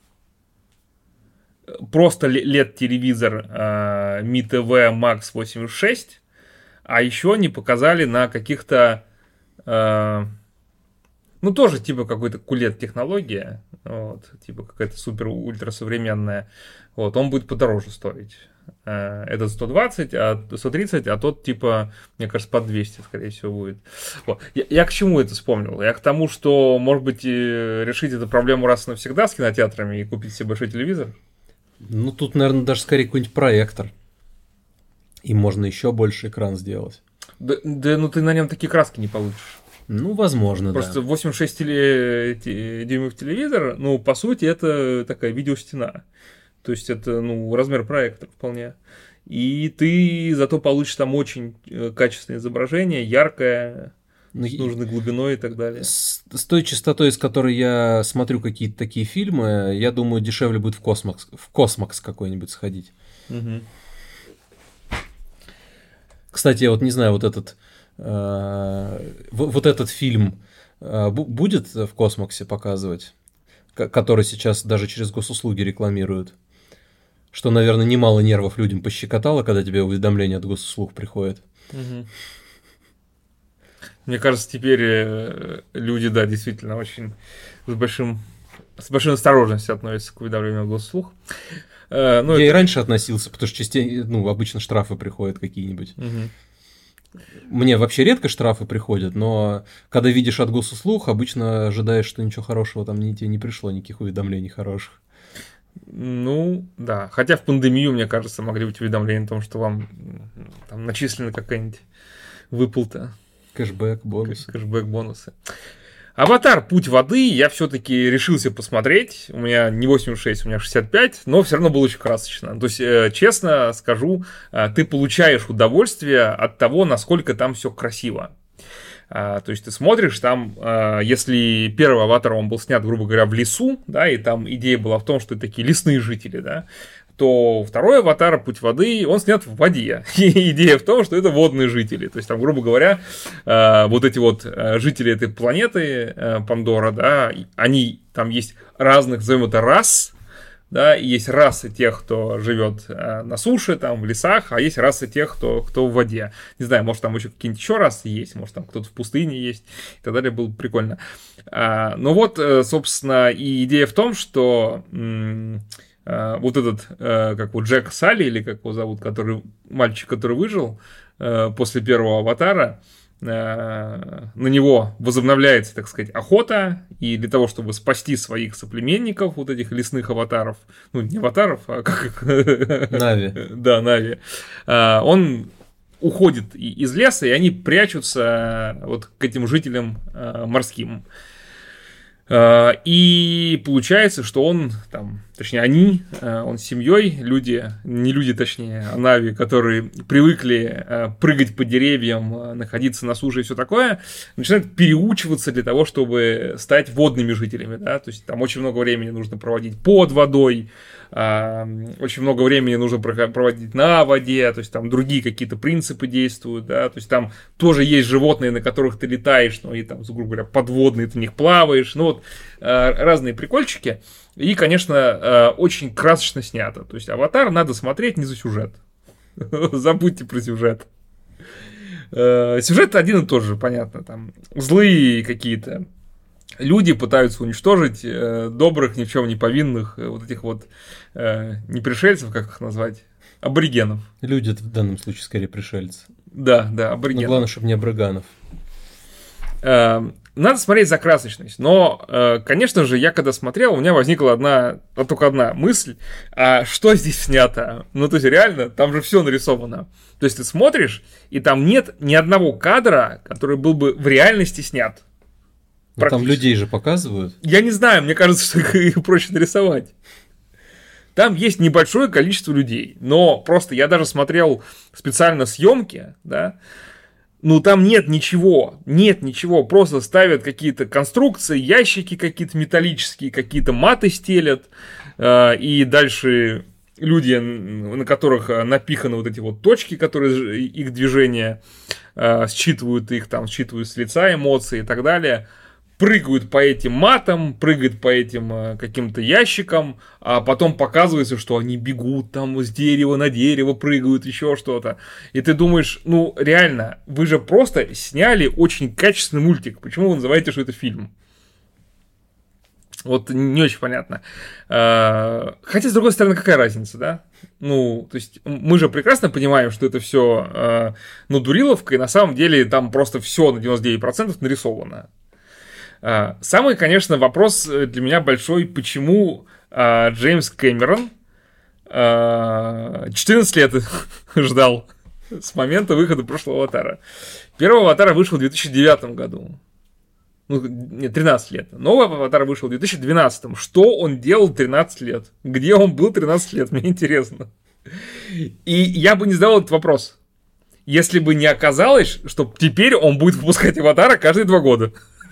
просто лед-телевизор э... Mi ти ви Max восемьдесят шесть, а еще они показали на каких-то... Э... Ну, тоже типа какой-то кулет-технология, вот, типа какая-то супер-ультрасовременная. Вот, он будет подороже стоить. Этот сто двадцать, а сто тридцать, а тот типа, мне кажется, под двести, скорее всего, будет. Вот. Я, я к чему это вспомнил? Я к тому, что, может быть, решить эту проблему раз и навсегда с кинотеатрами и купить себе большой телевизор? Ну, тут, наверное, даже скорее какой-нибудь проектор. И можно еще больше экран сделать. Да, да, ну ты на нем такие краски не получишь. Ну, возможно, Просто да. восемьдесят шесть дюймов телевизор, ну, по сути, это такая видеостена. То есть это, ну, размер проектора вполне. И ты зато получишь там очень качественное изображение, яркое, ну, с нужной глубиной и так далее. С, с той частотой, с которой я смотрю какие-то такие фильмы, я думаю, дешевле будет в Космокс, в Космокс какой-нибудь сходить. Угу. Кстати, я вот не знаю, вот этот... Вот этот фильм будет в Космоксе показывать, который сейчас даже через госуслуги рекламируют, что, наверное, немало нервов людям пощекотало, когда тебе уведомление от госуслуг приходит. Угу. Мне кажется, теперь люди, да, действительно очень с большим с большой осторожностью относятся к уведомлению от госуслуг. Ну, я это... и раньше относился, потому что частенько, ну, обычно штрафы приходят какие-нибудь. Угу. Мне вообще редко штрафы приходят, но когда видишь от госуслуг, обычно ожидаешь, что ничего хорошего там не, тебе не пришло, никаких уведомлений хороших. Ну, да. Хотя в пандемию, мне кажется, могли быть уведомления о том, что вам там начислена какая-нибудь выплата. Кэшбэк, бонусы. Кэшбэк, бонусы. «Аватар. Путь воды» я все-таки решился посмотреть. У меня не восемьдесят шесть, у меня шестьдесят пять, но все равно было очень красочно. То есть, э, честно скажу, э, ты получаешь удовольствие от того, насколько там все красиво. А, то есть ты смотришь, там, а, если первый «Аватар», он был снят, грубо говоря, в лесу, да, и там идея была в том, что это такие лесные жители, да, то второй «Аватар. Путь воды», он снят в воде. И идея в том, что это водные жители. То есть там, грубо говоря, а, вот эти вот жители этой планеты а, Пандора, да, они, там есть разных, назовем это, рас, да, и есть расы тех, кто живет э, на суше, там, в лесах, а есть расы тех, кто, кто в воде. Не знаю, может, там еще какие-нибудь еще расы есть, может, там кто-то в пустыне есть и так далее, было бы прикольно. А, ну вот, э, собственно, и идея в том, что м- э, вот этот, э, как вот Джек Салли, или как его зовут, который, мальчик, который выжил э, после первого «Аватара», на него возобновляется, так сказать, охота, и для того, чтобы спасти своих соплеменников, вот этих лесных аватаров, ну, не аватаров, а как... Нави. Да, Нави. Он уходит из леса, и они прячутся вот к этим жителям морским. И получается, что он, там, точнее, они, он с семьей, люди, не люди, точнее, а Нави, которые привыкли прыгать по деревьям, находиться на суше и все такое, начинают переучиваться для того, чтобы стать водными жителями, да, то есть там очень много времени нужно проводить под водой, очень много времени нужно проводить на воде, то есть там другие какие-то принципы действуют, да, то есть там тоже есть животные, на которых ты летаешь, но и там, грубо говоря, подводные, ты на них плаваешь, ну вот разные прикольчики, и, конечно, очень красочно снято, то есть «Аватар» надо смотреть не за сюжет, забудьте про сюжет. Сюжет один и тот же, понятно, там злые какие-то люди пытаются уничтожить э, добрых, ни в чем не повинных, э, вот этих вот э, не пришельцев, как их назвать, аборигенов. Люди в данном случае скорее пришельцы. Да, да, аборигенов. Но главное, чтобы не абраганов. Э, надо смотреть за красочность, но, э, конечно же, я когда смотрел, у меня возникла одна, а только одна мысль, а что здесь снято? Ну, то есть, реально, там же все нарисовано. То есть, ты смотришь, и там нет ни одного кадра, который был бы в реальности снят. Но там людей же показывают. Я не знаю, мне кажется, что их проще нарисовать. Там есть небольшое количество людей, но просто я даже смотрел специально съемки, да, ну там нет ничего, нет ничего, просто ставят какие-то конструкции, ящики какие-то металлические, какие-то маты стелят, э, и дальше люди, на которых напиханы вот эти вот точки, которые их движения э, считывают их, там, считывают с лица эмоции и так далее, прыгают по этим матам, прыгают по этим э, каким-то ящикам, а потом показывается, что они бегут там с дерева на дерево, прыгают, еще что-то. И ты думаешь, ну реально, вы же просто сняли очень качественный мультик. Почему вы называете, что это фильм? Вот не очень понятно. Хотя, с другой стороны, какая разница, да? Ну, то есть, мы же прекрасно понимаем, что это все, ну, дуриловка, и на самом деле там просто все на девяносто девять процентов нарисовано. Самый, конечно, вопрос для меня большой, почему Джеймс Кэмерон четырнадцать лет ждал с момента выхода прошлого «Аватара». Первый «Аватар» вышел в две тысячи девятом году. Ну, нет, тринадцать лет. Новый «Аватар» вышел в две тысячи двенадцатом. Что он делал тринадцать лет? Где он был тринадцать лет? Мне интересно. И я бы не задал этот вопрос, если бы не оказалось, что теперь он будет выпускать «Аватара» каждые два года.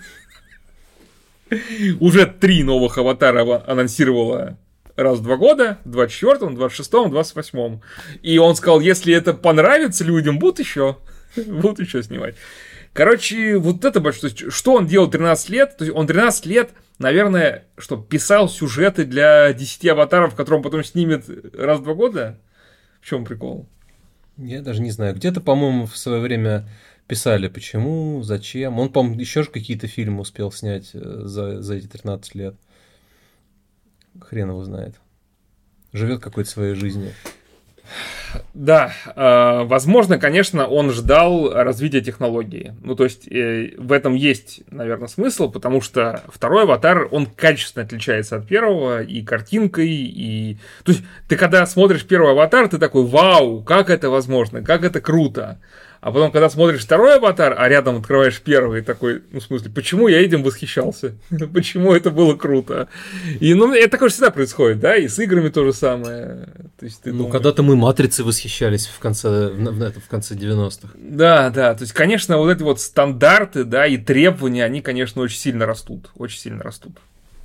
Уже три новых «Аватара» анонсировало раз в два года, в двадцать четвёртом, двадцать шестом, двадцать восьмом. И он сказал, если это понравится людям, будут еще, будут еще снимать. Короче, вот это большое. Что он делал тринадцать лет? То есть он тринадцать лет, наверное, что, писал сюжеты для десяти «Аватаров», которые он потом снимет раз в два года? В чем прикол? Я даже не знаю. Где-то, по-моему, в свое время писали, почему, зачем. Он, по-моему, еще же какие-то фильмы успел снять за, за эти тринадцать лет. Хрен его знает. Живет какой-то своей жизнью. да, э, возможно, конечно, он ждал развития технологии. Ну, то есть, э, в этом есть, наверное, смысл, потому что второй «Аватар», он качественно отличается от первого и картинкой, и... То есть, ты когда смотришь первый «Аватар», ты такой: вау, как это возможно, как это круто. А потом, когда смотришь второй «Аватар», а рядом открываешь первый, такой, ну, в смысле, почему я этим восхищался? Почему это было круто? И, ну, это такое же всегда происходит, да, и с играми то же самое. То есть, ты ну, думаешь... когда-то мы «Матрицей» восхищались в конце, в, в конце девяностых. Да, да, то есть, конечно, вот эти вот стандарты, да, и требования, они, конечно, очень сильно растут, очень сильно растут.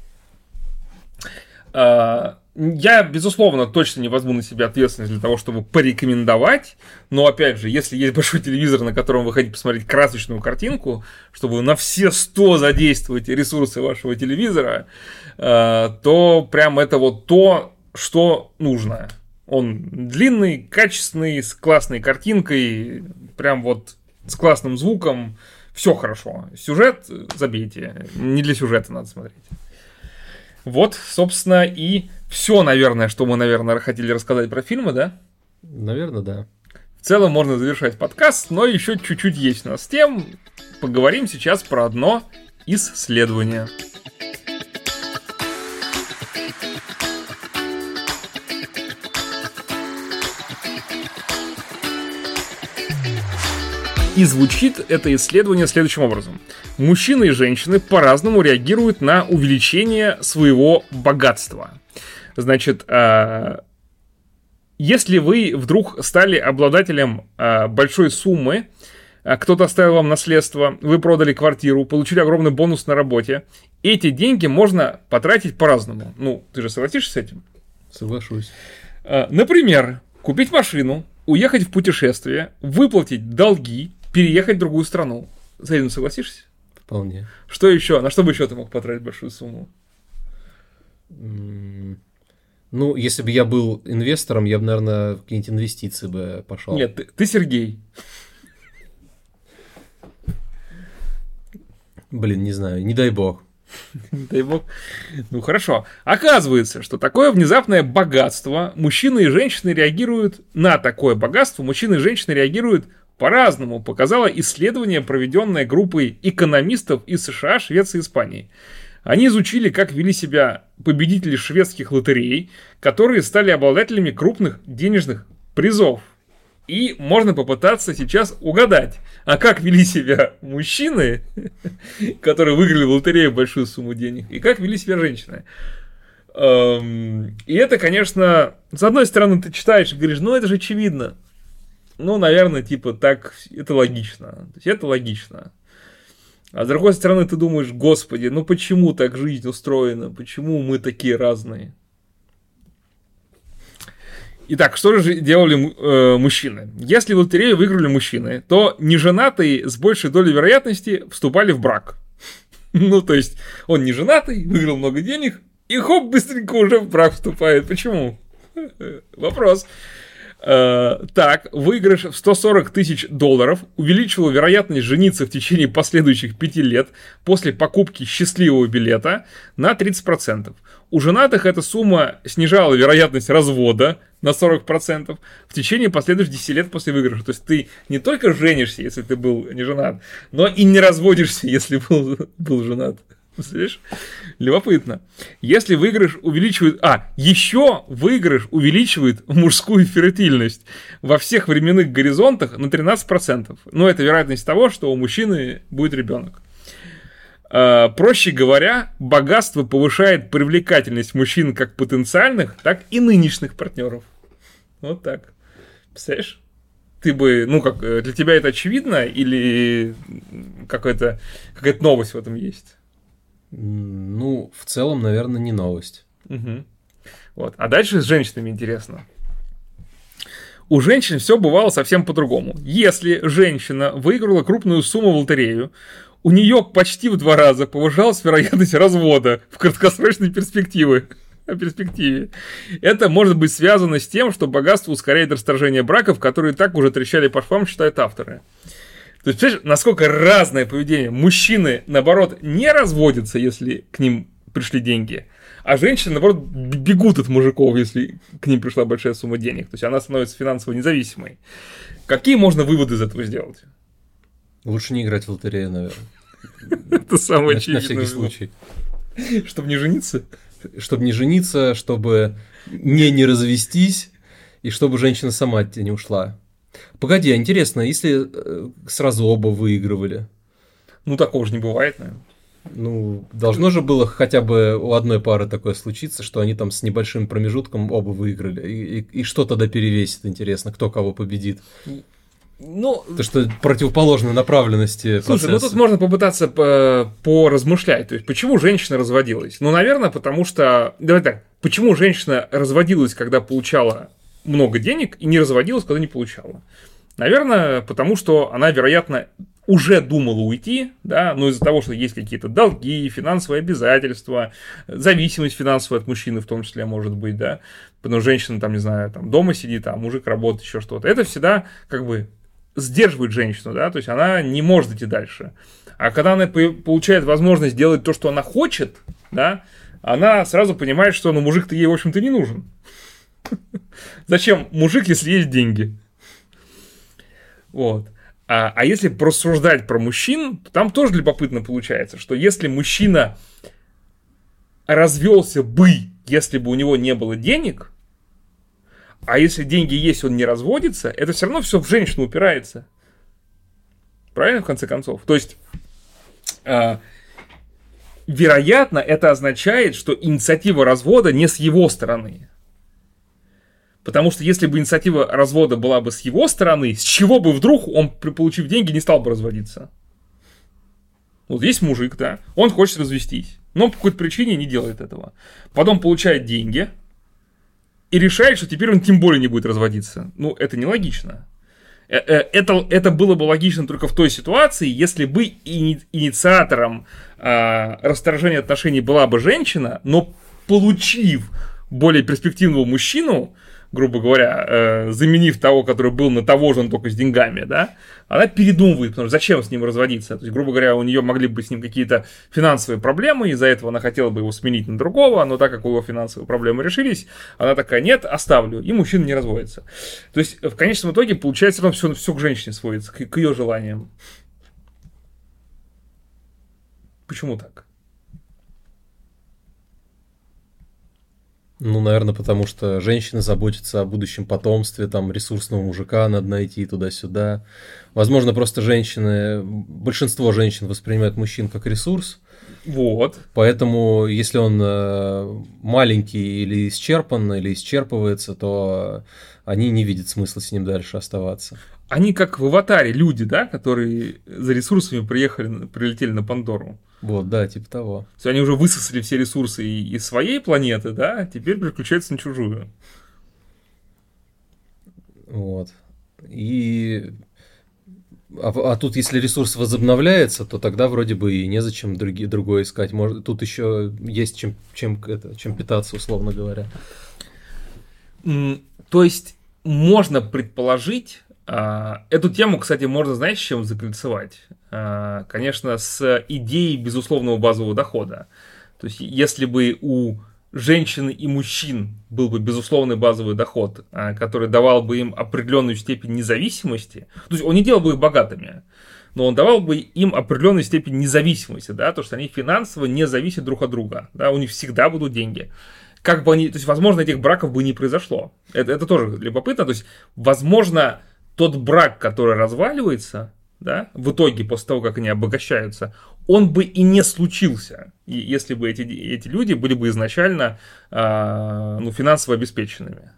Я, безусловно, точно не возьму на себя ответственность для того, чтобы порекомендовать, но, опять же, если есть большой телевизор, на котором вы хотите посмотреть красочную картинку, чтобы на все сто задействовать ресурсы вашего телевизора, то прям это вот то, что нужно. Он длинный, качественный, с классной картинкой, прям вот с классным звуком, все хорошо. Сюжет забейте, не для сюжета надо смотреть. Вот, собственно, и все, наверное, что мы, наверное, хотели рассказать про фильмы, да? Наверное, да. В целом можно завершать подкаст, но еще чуть-чуть есть у нас тем. Поговорим сейчас про одно исследование. И звучит это исследование следующим образом. Мужчины и женщины по-разному реагируют на увеличение своего богатства. Значит, если вы вдруг стали обладателем большой суммы, кто-то оставил вам наследство, вы продали квартиру, получили огромный бонус на работе, эти деньги можно потратить по-разному. Ну, ты же согласишься с этим? Соглашусь. Например, купить машину, уехать в путешествие, выплатить долги, переехать в другую страну. С этим согласишься? Вполне. Что еще? На что бы еще ты мог потратить большую сумму? Ну, если бы я был инвестором, я бы, наверное, в какие-нибудь инвестиции бы пошел. Нет, ты, ты Сергей. Блин, не знаю, не дай бог. Не дай бог. Ну, хорошо. Оказывается, что такое внезапное богатство, мужчины и женщины реагируют на такое богатство, мужчины и женщины реагируют по-разному, показало исследование, проведенное группой экономистов из США, Швеции и Испании. Они изучили, как вели себя победители шведских лотерей, которые стали обладателями крупных денежных призов. И можно попытаться сейчас угадать, а как вели себя мужчины, которые выиграли в лотерею большую сумму денег, и как вели себя женщины. И это, конечно, с одной стороны, ты читаешь и говоришь, ну это же очевидно. Ну, наверное, типа так, это логично. То есть это логично. А с другой стороны, ты думаешь, господи, ну почему так жизнь устроена? Почему мы такие разные? Итак, что же делали э, мужчины? Если в лотерею выиграли мужчины, то неженатые с большей долей вероятности вступали в брак. Ну, то есть, он неженатый, выиграл много денег, и хоп, быстренько уже в брак вступает. Почему? Вопрос. Uh, так, выигрыш в сто сорок тысяч долларов увеличивал вероятность жениться в течение последующих пяти лет после покупки счастливого билета на тридцать процентов. У женатых эта сумма снижала вероятность развода на сорок процентов в течение последующих десяти лет после выигрыша. То есть ты не только женишься, если ты был не женат, но и не разводишься, если был, был женат. Слышишь? Любопытно. Если выигрыш увеличивает... А, еще выигрыш увеличивает мужскую фертильность во всех временных горизонтах на тринадцать процентов. Но это вероятность того, что у мужчины будет ребенок. А, проще говоря, богатство повышает привлекательность мужчин как потенциальных, так и нынешних партнеров. Вот так. Представляешь? Ты бы, ну как, для тебя это очевидно или какая-то, какая-то новость в этом есть? Ну, в целом, наверное, не новость. Угу. Вот. А дальше с женщинами интересно. У женщин все бывало совсем по-другому. Если женщина выиграла крупную сумму в лотерею, у нее почти в два раза повышалась вероятность развода в краткосрочной перспективе. перспективе. Это может быть связано с тем, что богатство ускоряет расторжение браков, которые так уже трещали по швам, считают авторы. То есть, понимаешь, насколько разное поведение. Мужчины, наоборот, не разводятся, если к ним пришли деньги. А женщины, наоборот, бегут от мужиков, если к ним пришла большая сумма денег. То есть она становится финансово независимой. Какие можно выводы из этого сделать? Лучше не играть в лотерею, наверное. Это самое очевидное. На всякий случай. Чтобы не жениться? Чтобы не жениться, чтобы не не развестись, и чтобы женщина сама от тебя не ушла. Погоди, а интересно, если сразу оба выигрывали? Ну, такого же не бывает, наверное. Ну, должно же было хотя бы у одной пары такое случиться, что они там с небольшим промежутком оба выиграли. И, и, и что тогда перевесит, интересно, кто кого победит? Ну, то, что противоположной направленности слушай, процесса. ну тут можно попытаться по- поразмышлять. То есть, почему женщина разводилась? Ну, наверное, потому что... Давай так. Почему женщина разводилась, когда получала много денег, и не разводилась, когда не получала? Наверное, потому что она, вероятно, уже думала уйти, да, но из-за того, что есть какие-то долги, финансовые обязательства, зависимость финансовая от мужчины в том числе, может быть, да, потому что женщина, там, не знаю, там, дома сидит, а мужик работает, еще что-то. Это всегда, как бы, сдерживает женщину, да, то есть она не может идти дальше. А когда она получает возможность делать то, что она хочет, да, она сразу понимает, что, ну, мужик-то ей, в общем-то, не нужен. Зачем мужик, если есть деньги? Вот. А, а если порассуждать про мужчин, то там тоже любопытно получается, что если мужчина развелся бы, если бы у него не было денег, а если деньги есть, он не разводится, это все равно все в женщину упирается. Правильно, в конце концов? То есть, э, вероятно, это означает, что инициатива развода не с его стороны. Потому что если бы инициатива развода была бы с его стороны, с чего бы вдруг он, получив деньги, не стал бы разводиться? Вот есть мужик, да, он хочет развестись, но по какой-то причине не делает этого. Потом получает деньги и решает, что теперь он тем более не будет разводиться. Ну, это нелогично. Это, это было бы логично только в той ситуации, если бы ини- инициатором э, расторжения отношений была бы женщина, но получив более перспективного мужчину, грубо говоря, э, заменив того, который был на того же, но только с деньгами, да, она передумывает, потому что зачем с ним разводиться? То есть, грубо говоря, у нее могли бы с ним какие-то финансовые проблемы, из-за этого она хотела бы его сменить на другого, но так как у его финансовые проблемы решились, она такая, нет, оставлю, и мужчина не разводится. То есть, в конечном итоге, получается, все, все, все к женщине сводится, к, к ее желаниям. Почему так? Ну, наверное, потому что женщины заботятся о будущем потомстве, там ресурсного мужика надо найти туда-сюда. Возможно, просто женщины, большинство женщин воспринимают мужчин как ресурс. Вот. Поэтому, если он маленький или исчерпан, или исчерпывается, то они не видят смысла с ним дальше оставаться. Они как в «Аватаре» люди, да, которые за ресурсами приехали, прилетели на Пандору. Вот, да, типа того. То есть они уже высосали все ресурсы из своей планеты, да, теперь переключаются на чужую. Вот. И... А, а тут, если ресурс возобновляется, то тогда вроде бы и незачем други, другое искать. Может, тут еще есть чем, чем, это, чем питаться, условно говоря. То есть можно предположить... Эту тему, кстати, можно, знаешь, с чем закольцевать? Конечно, с идеей безусловного базового дохода. То есть, если бы у женщин и мужчин был бы безусловный базовый доход, который давал бы им определенную степень независимости, то есть он не делал бы их богатыми, но он давал бы им определенную степень независимости, да, то, что они финансово не зависят друг от друга, да, у них всегда будут деньги. Как бы они, то есть, возможно, этих браков бы не произошло. Это, это тоже любопытно. То есть, возможно, тот брак, который разваливается, да, в итоге, после того, как они обогащаются, он бы и не случился, если бы эти, эти люди были бы изначально э, ну, финансово обеспеченными.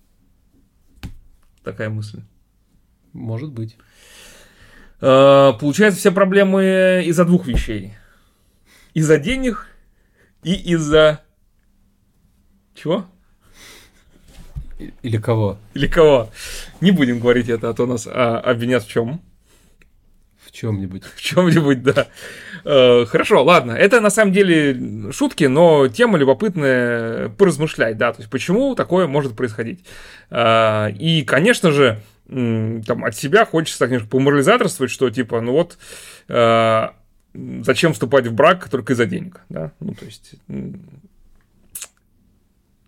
Такая мысль. Может быть. Э, получается, все проблемы из-за двух вещей. Из-за денег и из-за... Чего? Или кого? Или кого? Не будем говорить это, а то нас а, обвинят в чем? В чем-нибудь. В чем-нибудь, да. Э, хорошо, ладно. Это на самом деле шутки, но тема любопытная поразмышлять, да. То есть, почему такое может происходить. Э, и, конечно же, там, от себя хочется так немножко поморализаторствовать, что типа, ну вот, э, зачем вступать в брак только из-за денег, да. Ну, то есть...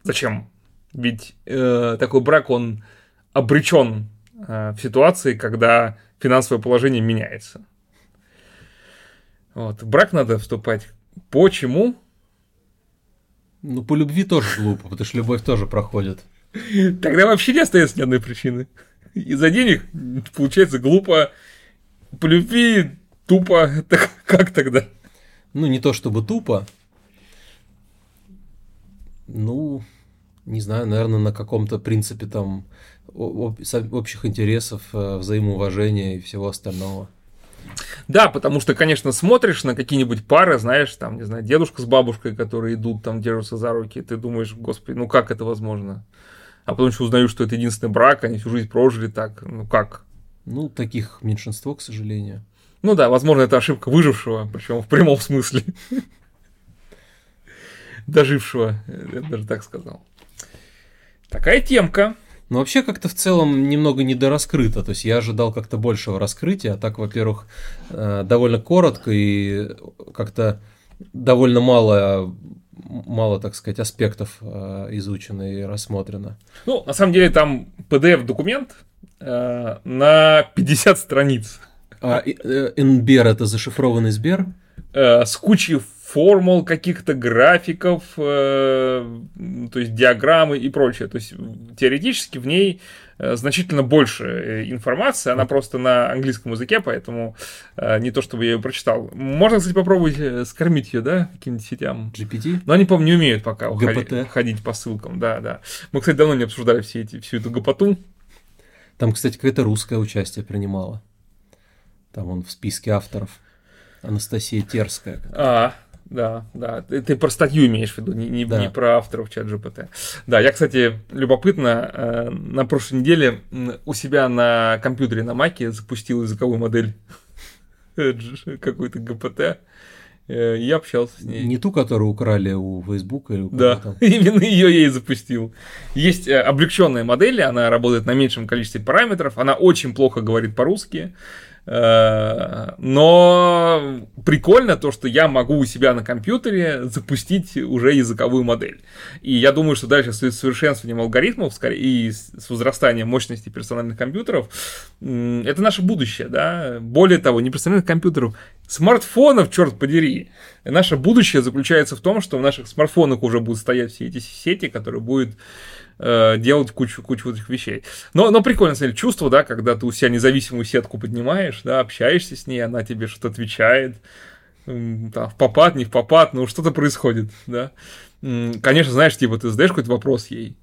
зачем? Ведь э, такой брак, он обречен э, в ситуации, когда финансовое положение меняется. Вот. В брак надо вступать. Почему? Ну, по любви тоже глупо, потому что любовь тоже проходит. Тогда вообще не остается ни одной причины. Из-за денег получается глупо. По любви тупо. Так как тогда? Ну, не то чтобы тупо. Ну, не знаю, наверное, на каком-то принципе там общих интересов, взаимоуважения и всего остального. Да, потому что, конечно, смотришь на какие-нибудь пары, знаешь, там, не знаю, дедушка с бабушкой, которые идут, там, держатся за руки, и ты думаешь, господи, ну как это возможно? А потом еще узнаю, что это единственный брак, они всю жизнь прожили так, ну как? Ну, таких меньшинство, к сожалению. Ну да, возможно, это ошибка выжившего, причем в прямом смысле. Дожившего, я даже так сказал. Такая темка. Ну, вообще, как-то в целом немного недораскрыто. То есть я ожидал как-то большего раскрытия, а так, во-первых, довольно коротко и как-то довольно мало, мало, так сказать, аспектов изучено и рассмотрено. Ну, на самом деле, там пи ди эф-документ на пятьдесят страниц. А Энбер — это зашифрованный Сбер? С кучей формул, каких-то графиков, э, то есть диаграммы и прочее. То есть теоретически в ней э, значительно больше информации, она просто на английском языке, поэтому э, не то, чтобы я ее прочитал. Можно, кстати, попробовать скормить ее, да, каким-нибудь сетям. джи пи ти? Но они, по-моему, не умеют пока джи пи ти? ходить, ходить по ссылкам, да, да. Мы, кстати, давно не обсуждали все эти, всю эту гопоту. Там, кстати, какое-то русское участие принимало. Там он в списке авторов. Анастасия Терская. А, да, да. Ты, ты про статью имеешь в виду, не, не, да. не про авторов чат джи пи ти. Да, я, кстати, любопытно, э, на прошлой неделе у себя на компьютере на Маке запустил языковую модель какой-то джи пи ти. Э, я общался с ней. Не ту, которую украли у Фейсбука или у Да, там? именно ее я и запустил. Есть э, облегченная модель, она работает на меньшем количестве параметров, она очень плохо говорит по-русски. Но прикольно то, что я могу у себя на компьютере запустить уже языковую модель. И я думаю, что дальше с совершенствованием алгоритмов и с возрастанием мощности персональных компьютеров это наше будущее, да. Более того, не персональных компьютеров, смартфонов, черт подери. Наше будущее заключается в том, что в наших смартфонах уже будут стоять все эти сети, которые будут делать кучу, кучу вот этих вещей. Но, но прикольно, смотри, чувство, да, когда ты у себя независимую сетку поднимаешь, да, общаешься с ней, она тебе что-то отвечает, там, в попад, не в попад, ну, что-то происходит, да. Конечно, знаешь, типа, ты задаешь какой-то вопрос ей,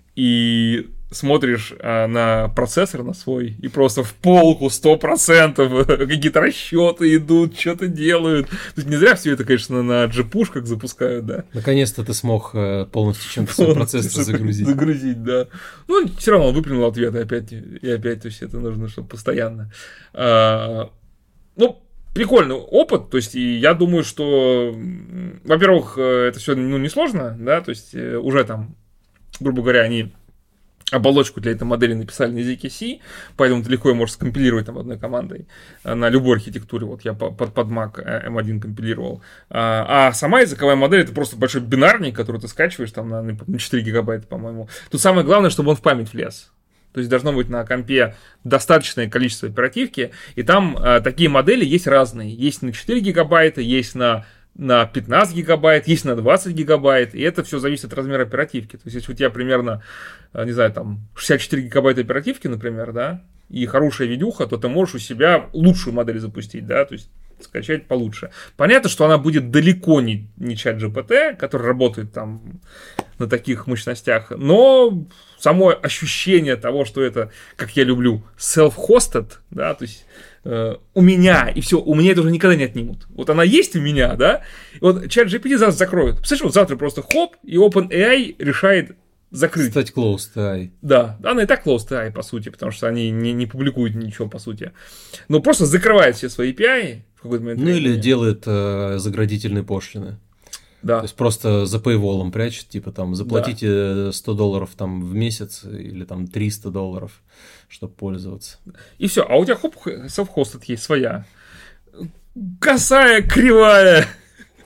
и смотришь а, на процессор, на свой, и просто в полку сто процентов какие-то расчеты идут, что-то делают. То есть не зря все это, конечно, на джи-пушках запускают, да. Наконец-то ты смог полностью чем-то свой процессор загрузить. Загрузить, да. Ну, все равно он выплюнул ответ, и опять, и опять, то есть это нужно, чтобы постоянно. А, ну, прикольный опыт, то есть и я думаю, что, во-первых, это все, ну, несложно, да, то есть уже там, грубо говоря, они оболочку для этой модели написали на языке C, поэтому ты легко ее можешь скомпилировать там одной командой на любой архитектуре. Вот я под, под Mac эм один компилировал. А, а сама языковая модель — это просто большой бинарник, который ты скачиваешь там на, на четыре гигабайта, по-моему. Тут самое главное, чтобы он в память влез. То есть должно быть на компе достаточное количество оперативки, и там а, такие модели есть разные. Есть на четыре гигабайта, есть на на пятнадцать гигабайт, есть на двадцать гигабайт, и это все зависит от размера оперативки. То есть, если у тебя примерно, не знаю, там шестьдесят четыре гигабайта оперативки, например, да, и хорошая видюха, то ты можешь у себя лучшую модель запустить, да, то есть скачать получше. Понятно, что она будет далеко не, не чат джи пи ти, который работает там на таких мощностях, но само ощущение того, что это, как я люблю, self-hosted, да, то есть э, у меня, и все, у меня это уже никогда не отнимут. Вот она есть у меня, да, и вот чат джи пи ти завтра закроют. Представляешь, вот завтра просто хоп, и OpenAI решает закрыть. Стать closed эй ай. Да, она и так closed эй ай, по сути, потому что они не, не публикуют ничего, по сути. Но просто закрывает все свои эй пи ай в какой-то момент. Ну, времени. или делает э, заградительные пошлины. Да. То есть просто за paywall прячет, типа там заплатите сто долларов там в месяц или там триста долларов, чтобы пользоваться. И все, а у тебя хоп, self-hosted есть своя. Косая, кривая.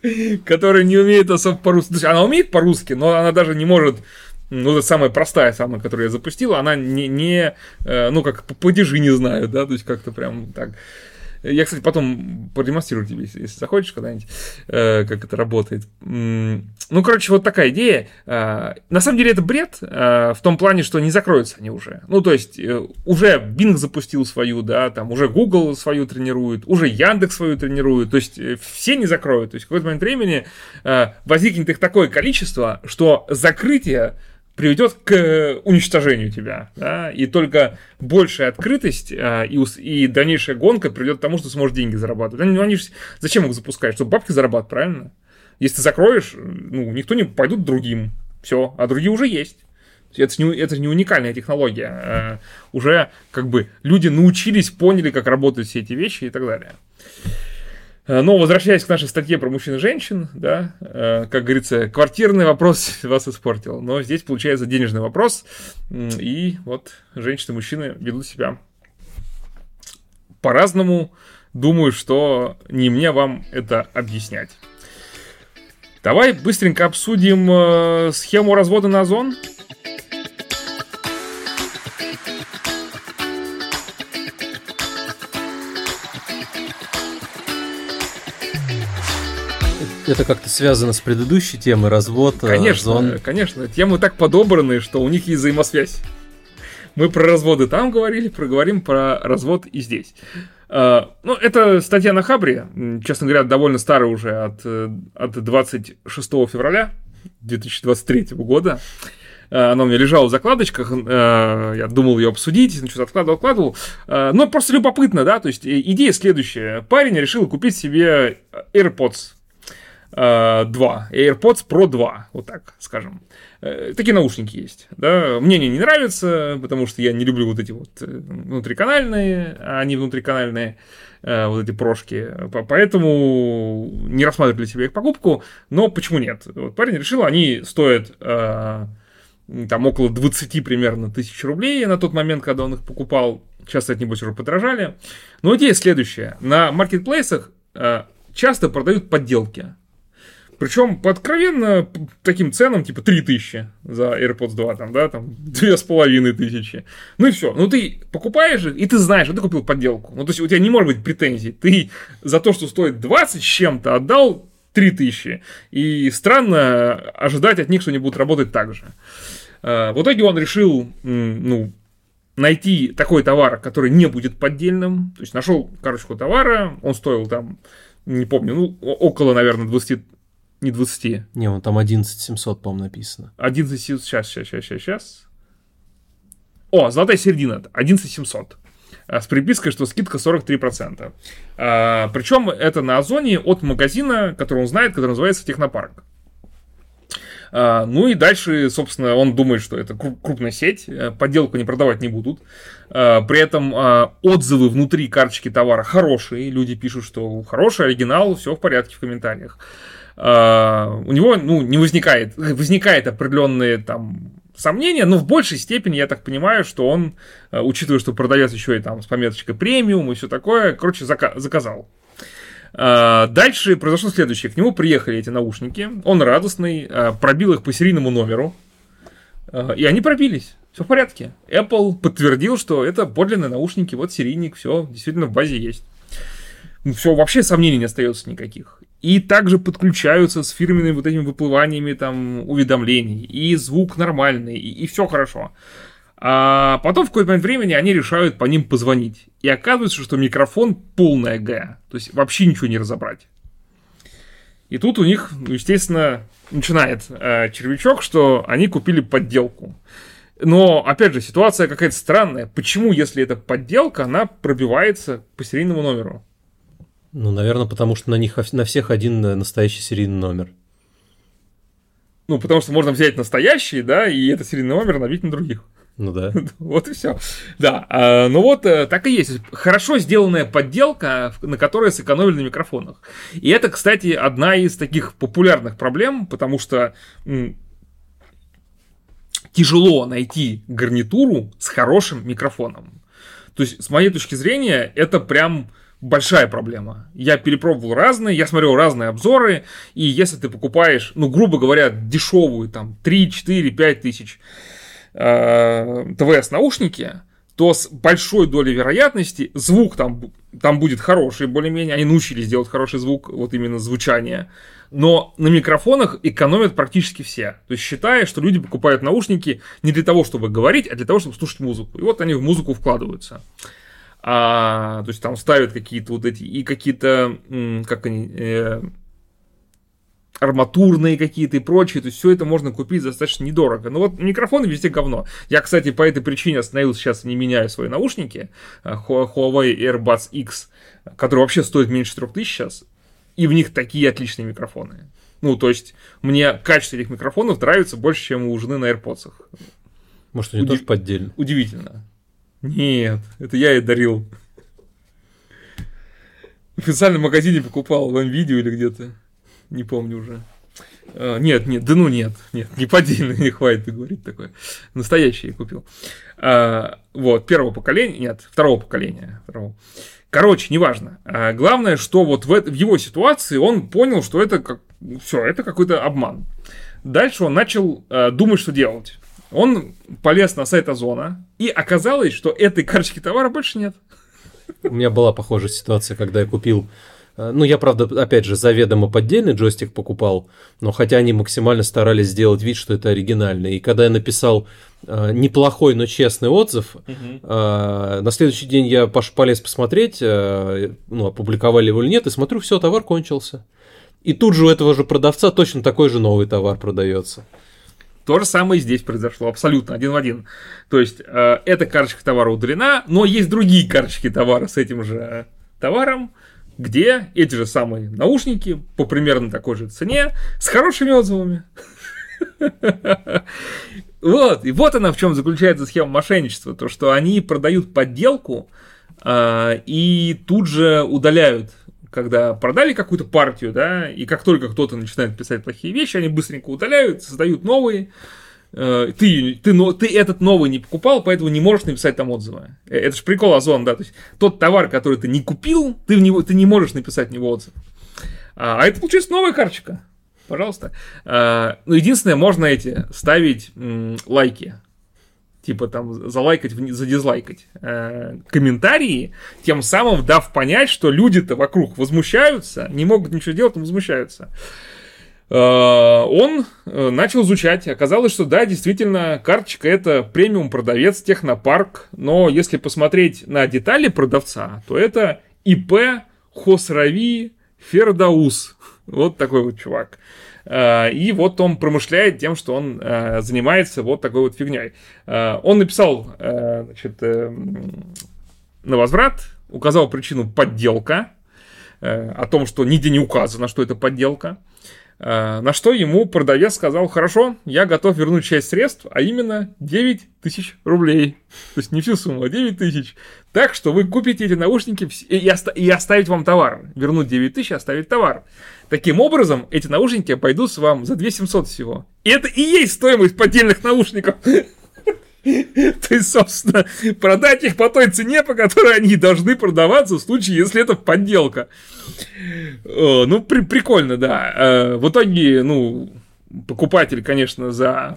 которая не умеет особо по-русски. То есть она умеет по-русски, но она даже не может... Ну, это самая простая, самая, которую я запустил, она не, не ну, как падежи не знаю, да, то есть как-то прям так. Я, кстати, потом продемонстрирую тебе, если, если захочешь когда-нибудь, э, как это работает. Ну, короче, вот такая идея. Э, на самом деле это бред э, в том плане, что не закроются они уже. Ну, то есть э, уже Bing запустил свою, да, там уже Google свою тренирует, уже Яндекс свою тренирует. То есть э, все не закроют. То есть в какой-то момент времени э, возникнет их такое количество, что закрытие приведет к уничтожению тебя, да, и только большая открытость а, и, и дальнейшая гонка приведет к тому, что сможешь деньги зарабатывать. Они, они, зачем их запускать? Чтобы бабки зарабатывать, правильно? Если ты закроешь, ну, никто не пойдут другим, все, а другие уже есть. Это же не, это же не уникальная технология. А, уже как бы люди научились, поняли, как работают все эти вещи и так далее. Но, возвращаясь к нашей статье про мужчин и женщин, да, как говорится, квартирный вопрос вас испортил. Но здесь получается денежный вопрос. И вот женщины и мужчины ведут себя по-разному. Думаю, что не мне вам это объяснять. Давай быстренько обсудим схему развода на Озон. Это как-то связано с предыдущей темой, развод, конечно, Озон. Конечно, темы так подобраны, что у них есть взаимосвязь. Мы про разводы там говорили, проговорим про развод и здесь. Ну, это статья на Хабре, честно говоря, довольно старая уже, от, от двадцать шестого февраля две тысячи двадцать третьего года. Она у меня лежала в закладочках, я думал ее обсудить, что-то откладывал, откладывал. Но просто любопытно, да, то есть идея следующая. Парень решил купить себе AirPods два, AirPods Pro два, вот так скажем. Такие наушники есть, да. Мне они не нравятся, потому что я не люблю вот эти вот внутриканальные, а они внутриканальные, вот эти прошки, поэтому не рассматривали себе их покупку, но почему нет? Вот парень решил, они стоят там около двадцать примерно тысяч рублей на тот момент, когда он их покупал, сейчас, кстати, небось, уже подорожали. Но идея следующая, на маркетплейсах часто продают подделки. Причем по откровенно таким ценам, типа три тысячи за AirPods два, там, да, там, две с половиной тысячи. Ну и все. Ну ты покупаешь их, и ты знаешь, что ты купил подделку. Ну то есть у тебя не может быть претензий. Ты за то, что стоит двадцать с чем-то, отдал три тысячи. И странно ожидать от них, что они будут работать так же. В итоге он решил, ну, найти такой товар, который не будет поддельным. То есть нашел карточку товара, он стоил там, не помню, ну, около, наверное, двадцать. Не двадцать. Не, он там одиннадцать семьсот, по-моему, написано. одиннадцать семьсот, сейчас, сейчас, сейчас, сейчас, сейчас. О, золотая середина, одиннадцать семьсот. С припиской, что скидка сорок три процента. А, причем это на Озоне от магазина, который он знает, который называется Технопарк. А, ну и дальше, собственно, он думает, что это крупная сеть, подделку не продавать не будут. А, при этом а, отзывы внутри карточки товара хорошие, люди пишут, что хороший оригинал, все в порядке в комментариях. Uh, у него, ну, не возникает, возникает определенные там сомнения, но в большей степени, я так понимаю, что он, uh, учитывая, что продавец еще и там с пометочкой премиум и все такое, короче, зака- заказал. Uh, дальше произошло следующее. К нему приехали эти наушники, он радостный, uh, пробил их по серийному номеру, uh, и они пробились. Все в порядке. Apple подтвердил, что это подлинные наушники, вот серийник, все действительно в базе есть. Ну, все, вообще сомнений не остается никаких. И также подключаются с фирменными вот этими выплываниями там уведомлений. И звук нормальный, и, и все хорошо. А потом в какой-то момент времени они решают по ним позвонить. И оказывается, что микрофон полная Г. То есть вообще ничего не разобрать. И тут у них, ну, естественно, начинает э, червячок, что они купили подделку. Но, опять же, ситуация какая-то странная. Почему, если это подделка, она пробивается по серийному номеру? Ну, наверное, потому что на них на всех один настоящий серийный номер. Ну, потому что можно взять настоящий, да, и этот серийный номер набить на других. Ну да. Вот и все. Да, а, ну вот так и есть. Хорошо сделанная подделка, на которой сэкономили на микрофонах. И это, кстати, одна из таких популярных проблем, потому что м- тяжело найти гарнитуру с хорошим микрофоном. То есть, с моей точки зрения, это прям большая проблема. Я перепробовал разные, я смотрел разные обзоры, и если ты покупаешь, ну, грубо говоря, дешевую, там, три, четыре, пять тысяч э, ТВС-наушники, то с большой долей вероятности звук там, там будет хороший, более-менее, они научились делать хороший звук, вот именно звучание, но на микрофонах экономят практически все. То есть считая, что люди покупают наушники не для того, чтобы говорить, а для того, чтобы слушать музыку. И вот они в музыку вкладываются. А, то есть там ставят какие-то вот эти, и какие-то, как они, э, арматурные какие-то и прочие, то есть все это можно купить достаточно недорого. Но вот микрофоны везде говно. Я, кстати, по этой причине остановился сейчас и не меняю свои наушники, Huawei AirBuds X, которые вообще стоят меньше трех тысяч сейчас, и в них такие отличные микрофоны. Ну, то есть мне качество этих микрофонов нравится больше, чем у жены на AirPods. Может, они Удив... тоже поддельные? Удивительно. Нет, это я ей дарил. В официальном магазине покупал, в М-видео или где-то. Не помню уже. А, нет, нет, да ну нет, нет, не поддельный, не хватит говорить такое. Настоящий я купил. А, вот, первого поколения, нет, второго поколения. Второго. Короче, неважно. А, главное, что вот в, это, в его ситуации он понял, что это как, все, это какой-то обман. Дальше он начал а, думать, что делать. Он полез на сайт Озона, и оказалось, что этой карточки товара больше нет. У меня была похожая ситуация, когда я купил, ну, я, правда, опять же, заведомо поддельный джойстик покупал, но хотя они максимально старались сделать вид, что это оригинальный. И когда я написал э, неплохой, но честный отзыв, uh-huh. э, на следующий день я полез посмотреть, э, ну, опубликовали его или нет, и смотрю, все, товар кончился. И тут же у этого же продавца точно такой же новый товар продается. То же самое и здесь произошло, абсолютно, один в один. То есть, э, эта карточка товара удалена, но есть другие карточки товара с этим же товаром, где эти же самые наушники по примерно такой же цене, с хорошими отзывами. Вот, и вот она в чем заключается схема мошенничества, то, что они продают подделку и тут же удаляют. Когда продали какую-то партию, да, и как только кто-то начинает писать плохие вещи, они быстренько удаляют, создают новые. Ты, ты, ты этот новый не покупал, поэтому не можешь написать там отзывы. Это же прикол Озон, да, то есть тот товар, который ты не купил, ты, в него, ты не можешь написать в него отзыв. А это, получается, новая карточка. Пожалуйста. А, ну, единственное, можно эти ставить м, лайки. Типа там залайкать, задизлайкать э, комментарии, тем самым дав понять, что люди-то вокруг возмущаются, не могут ничего делать, но возмущаются. Э, он э, начал изучать, оказалось, что да, действительно, карточка это премиум-продавец Технопарк, но если посмотреть на детали продавца, то это ИП Хосрави Фердаус. Вот такой вот чувак. И вот он промышляет тем, что он э, занимается вот такой вот фигней. Э, он написал э, значит, э, на возврат, указал причину подделка, э, о том, что нигде не указано, что это подделка. Э, на что ему продавец сказал: хорошо, я готов вернуть часть средств, а именно девять тысяч рублей. То есть не всю сумму, а девять тысяч. Так что вы купите эти наушники и, оста- и оставить вам товар. Вернуть девять тысяч и оставить товар. Таким образом, эти наушники обойдутся вам за две тысячи семьсот всего. И это и есть стоимость поддельных наушников. То есть, собственно, продать их по той цене, по которой они должны продаваться в случае, если это подделка. Ну, прикольно, да. В итоге, ну, покупатель, конечно, за...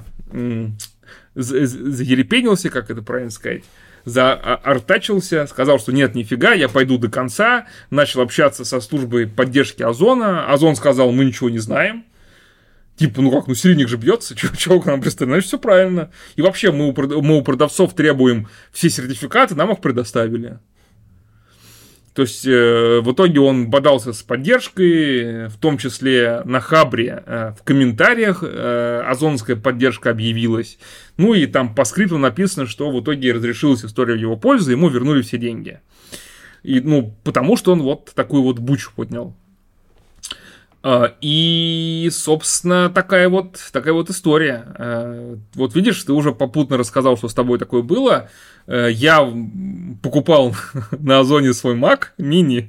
заерепенился, как это правильно сказать, заортачился, сказал, что нет, нифига, я пойду до конца, начал общаться со службой поддержки Озона, Озон сказал, мы ничего не знаем, типа, ну как, ну серийник же бьется, чего к нам пристали, значит, все правильно, и вообще мы у, мы у продавцов требуем все сертификаты, нам их предоставили. То есть, э, в итоге он бодался с поддержкой, в том числе на Хабре, э, в комментариях э, озоновская поддержка объявилась. Ну и там по скрипту написано, что в итоге разрешилась история в его пользу, ему вернули все деньги. И, ну, потому что он вот такую вот бучу поднял. Э, и, собственно, такая вот, такая вот история. Э, вот видишь, ты уже попутно рассказал, что с тобой такое было. Я покупал на Озоне свой Mac Mini,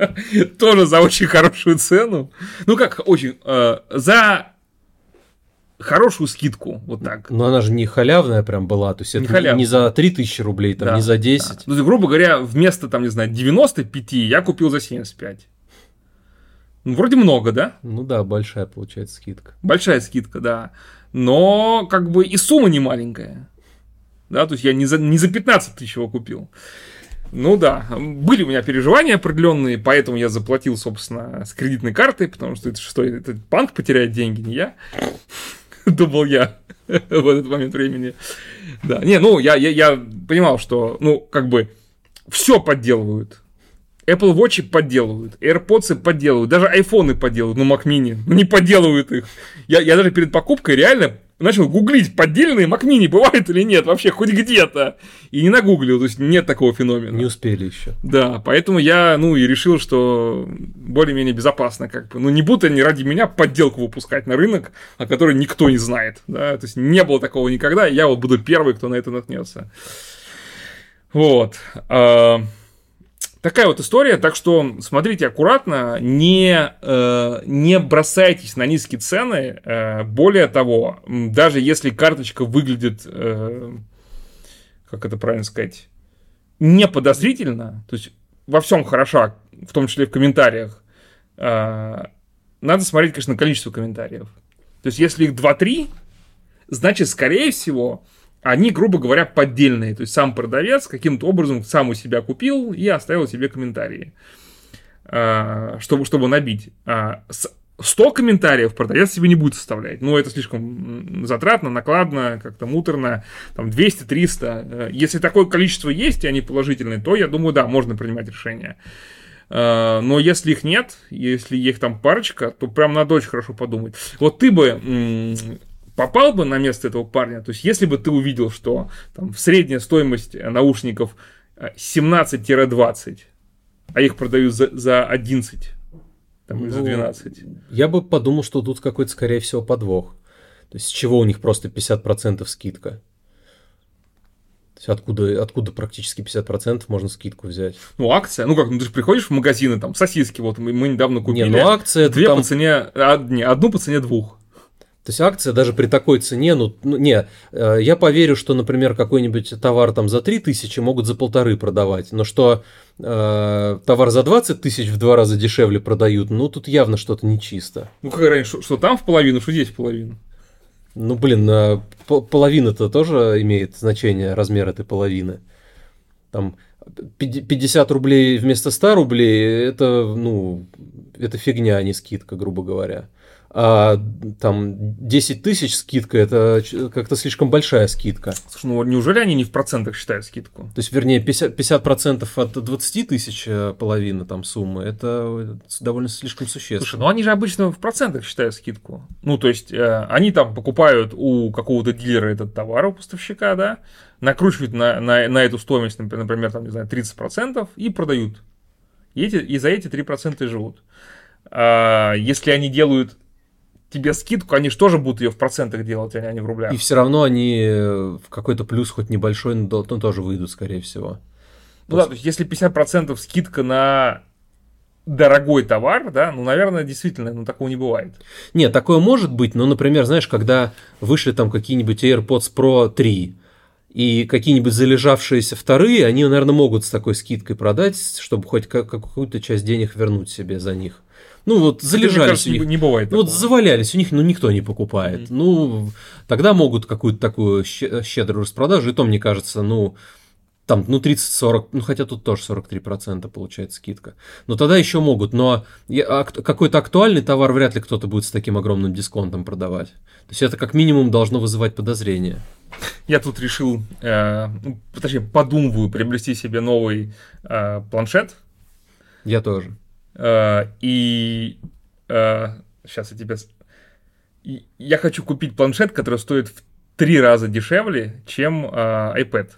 тоже за очень хорошую цену. Ну как, очень, за хорошую скидку, вот так. Но она же не халявная прям была, то есть Не это халявная. не за три тысячи рублей, там, Да, не за десять. да. Ну, то есть, грубо говоря, вместо, там, не знаю, девяносто пять я купил за семьдесят пять. Ну, вроде много, да? Ну да, большая получается скидка. Большая скидка, да. Но, как бы, и сумма не маленькая. Да, то есть я не за, не за пятнадцать тысяч его купил. Ну да, были у меня переживания определенные, поэтому я заплатил, собственно, с кредитной картой, потому что это что, это банк потеряет деньги, не я. Думал я в этот момент времени. Да, не, ну, я, я, я понимал, что, ну, как бы, все подделывают. Apple Watch подделывают, AirPods подделывают, даже айфоны подделывают, ну, Mac Mini, ну, не подделывают их. Я, я даже перед покупкой реально начал гуглить, поддельные Mac Mini бывают или нет, вообще хоть где-то. И не нагуглил, то есть нет такого феномена. Не успели еще. Да, поэтому я, ну, и решил, что более-менее безопасно, как бы. Ну, не будут они ради меня подделку выпускать на рынок, о которой никто не знает, да, то есть не было такого никогда, и я вот буду первый, кто на это наткнется. Вот. Такая вот история, так что смотрите аккуратно, не, э, не бросайтесь на низкие цены, э, более того, даже если карточка выглядит, э, как это правильно сказать, не подозрительно, то есть во всем хороша, в том числе и в комментариях, э, надо смотреть, конечно, на количество комментариев. То есть если их два-три, значит, скорее всего... Они, грубо говоря, поддельные. То есть сам продавец каким-то образом сам у себя купил и оставил себе комментарии, чтобы, чтобы набить. сто комментариев продавец себе не будет составлять. Ну, это слишком затратно, накладно, как-то муторно. Там двести-триста. Если такое количество есть, и они положительные, то, я думаю, да, можно принимать решение. Но если их нет, если их там парочка, то прям надо очень хорошо подумать. Вот ты бы... попал бы на место этого парня, то есть если бы ты увидел, что там средняя стоимость наушников семнадцать-двадцать, а их продают за, за одиннадцать, там, или ну, за двенадцать. Я бы подумал, что тут какой-то, скорее всего, подвох. То есть с чего у них просто пятьдесят процентов скидка? То есть откуда, откуда практически пятьдесят процентов можно скидку взять? Ну, акция. Ну как, ну ты же приходишь в магазины, там, сосиски, вот мы, мы недавно купили. Не, ну акция... Две там... по цене, одни, одну по цене двух. То есть акция даже при такой цене, ну, ну не, э, я поверю, что, например, какой-нибудь товар там за три тысячи могут за полторы продавать, но что э, товар за двадцать тысяч в два раза дешевле продают, ну, тут явно что-то нечисто. Ну, как раньше, что, что там в половину, что здесь в половину. Ну, блин, э, половина-то тоже имеет значение, размер этой половины. Там пятьдесят рублей вместо ста рублей, это, ну, это фигня, а не скидка, грубо говоря. А там десять тысяч скидка, это как-то слишком большая скидка. Слушай, ну неужели они не в процентах считают скидку? То есть, вернее, пятьдесят процентов от двадцати тысяч половина там суммы, это довольно слишком существенно. Слушай, ну они же обычно в процентах считают скидку. Ну, то есть, э, они там покупают у какого-то дилера этот товар, у поставщика, да, накручивают на, на, на эту стоимость, например, там, не знаю, тридцать процентов и продают. И, эти, и за эти три процента и живут. А если они делают тебе скидку, они же тоже будут ее в процентах делать, а не в рублях. И все равно они в какой-то плюс, хоть небольшой, но тоже выйдут, скорее всего. Ну вот. Да, то есть если пятьдесят процентов скидка на дорогой товар, да, ну, наверное, действительно, ну, такого не бывает. Нет, такое может быть, но, например, знаешь, когда вышли там какие-нибудь AirPods Pro три, и какие-нибудь залежавшиеся вторые, они, наверное, могут с такой скидкой продать, чтобы хоть какую-то часть денег вернуть себе за них. Ну, вот залежались кажется, у них. Не, не бывает ну, вот завалялись, у них, ну, никто не покупает. Mm-hmm. Ну, тогда могут какую-то такую щедрую распродажу, и то, мне кажется, ну, там, ну, тридцать-сорок, ну, хотя тут тоже сорок три процента получается скидка. Но тогда еще могут, но какой-то актуальный товар вряд ли кто-то будет с таким огромным дисконтом продавать. То есть это как минимум должно вызывать подозрения. Я тут решил, э, точнее, подумываю приобрести себе новый э, планшет. Я тоже. Uh, и uh, сейчас я тебе... Я хочу купить планшет, который стоит в три раза дешевле, чем uh, iPad.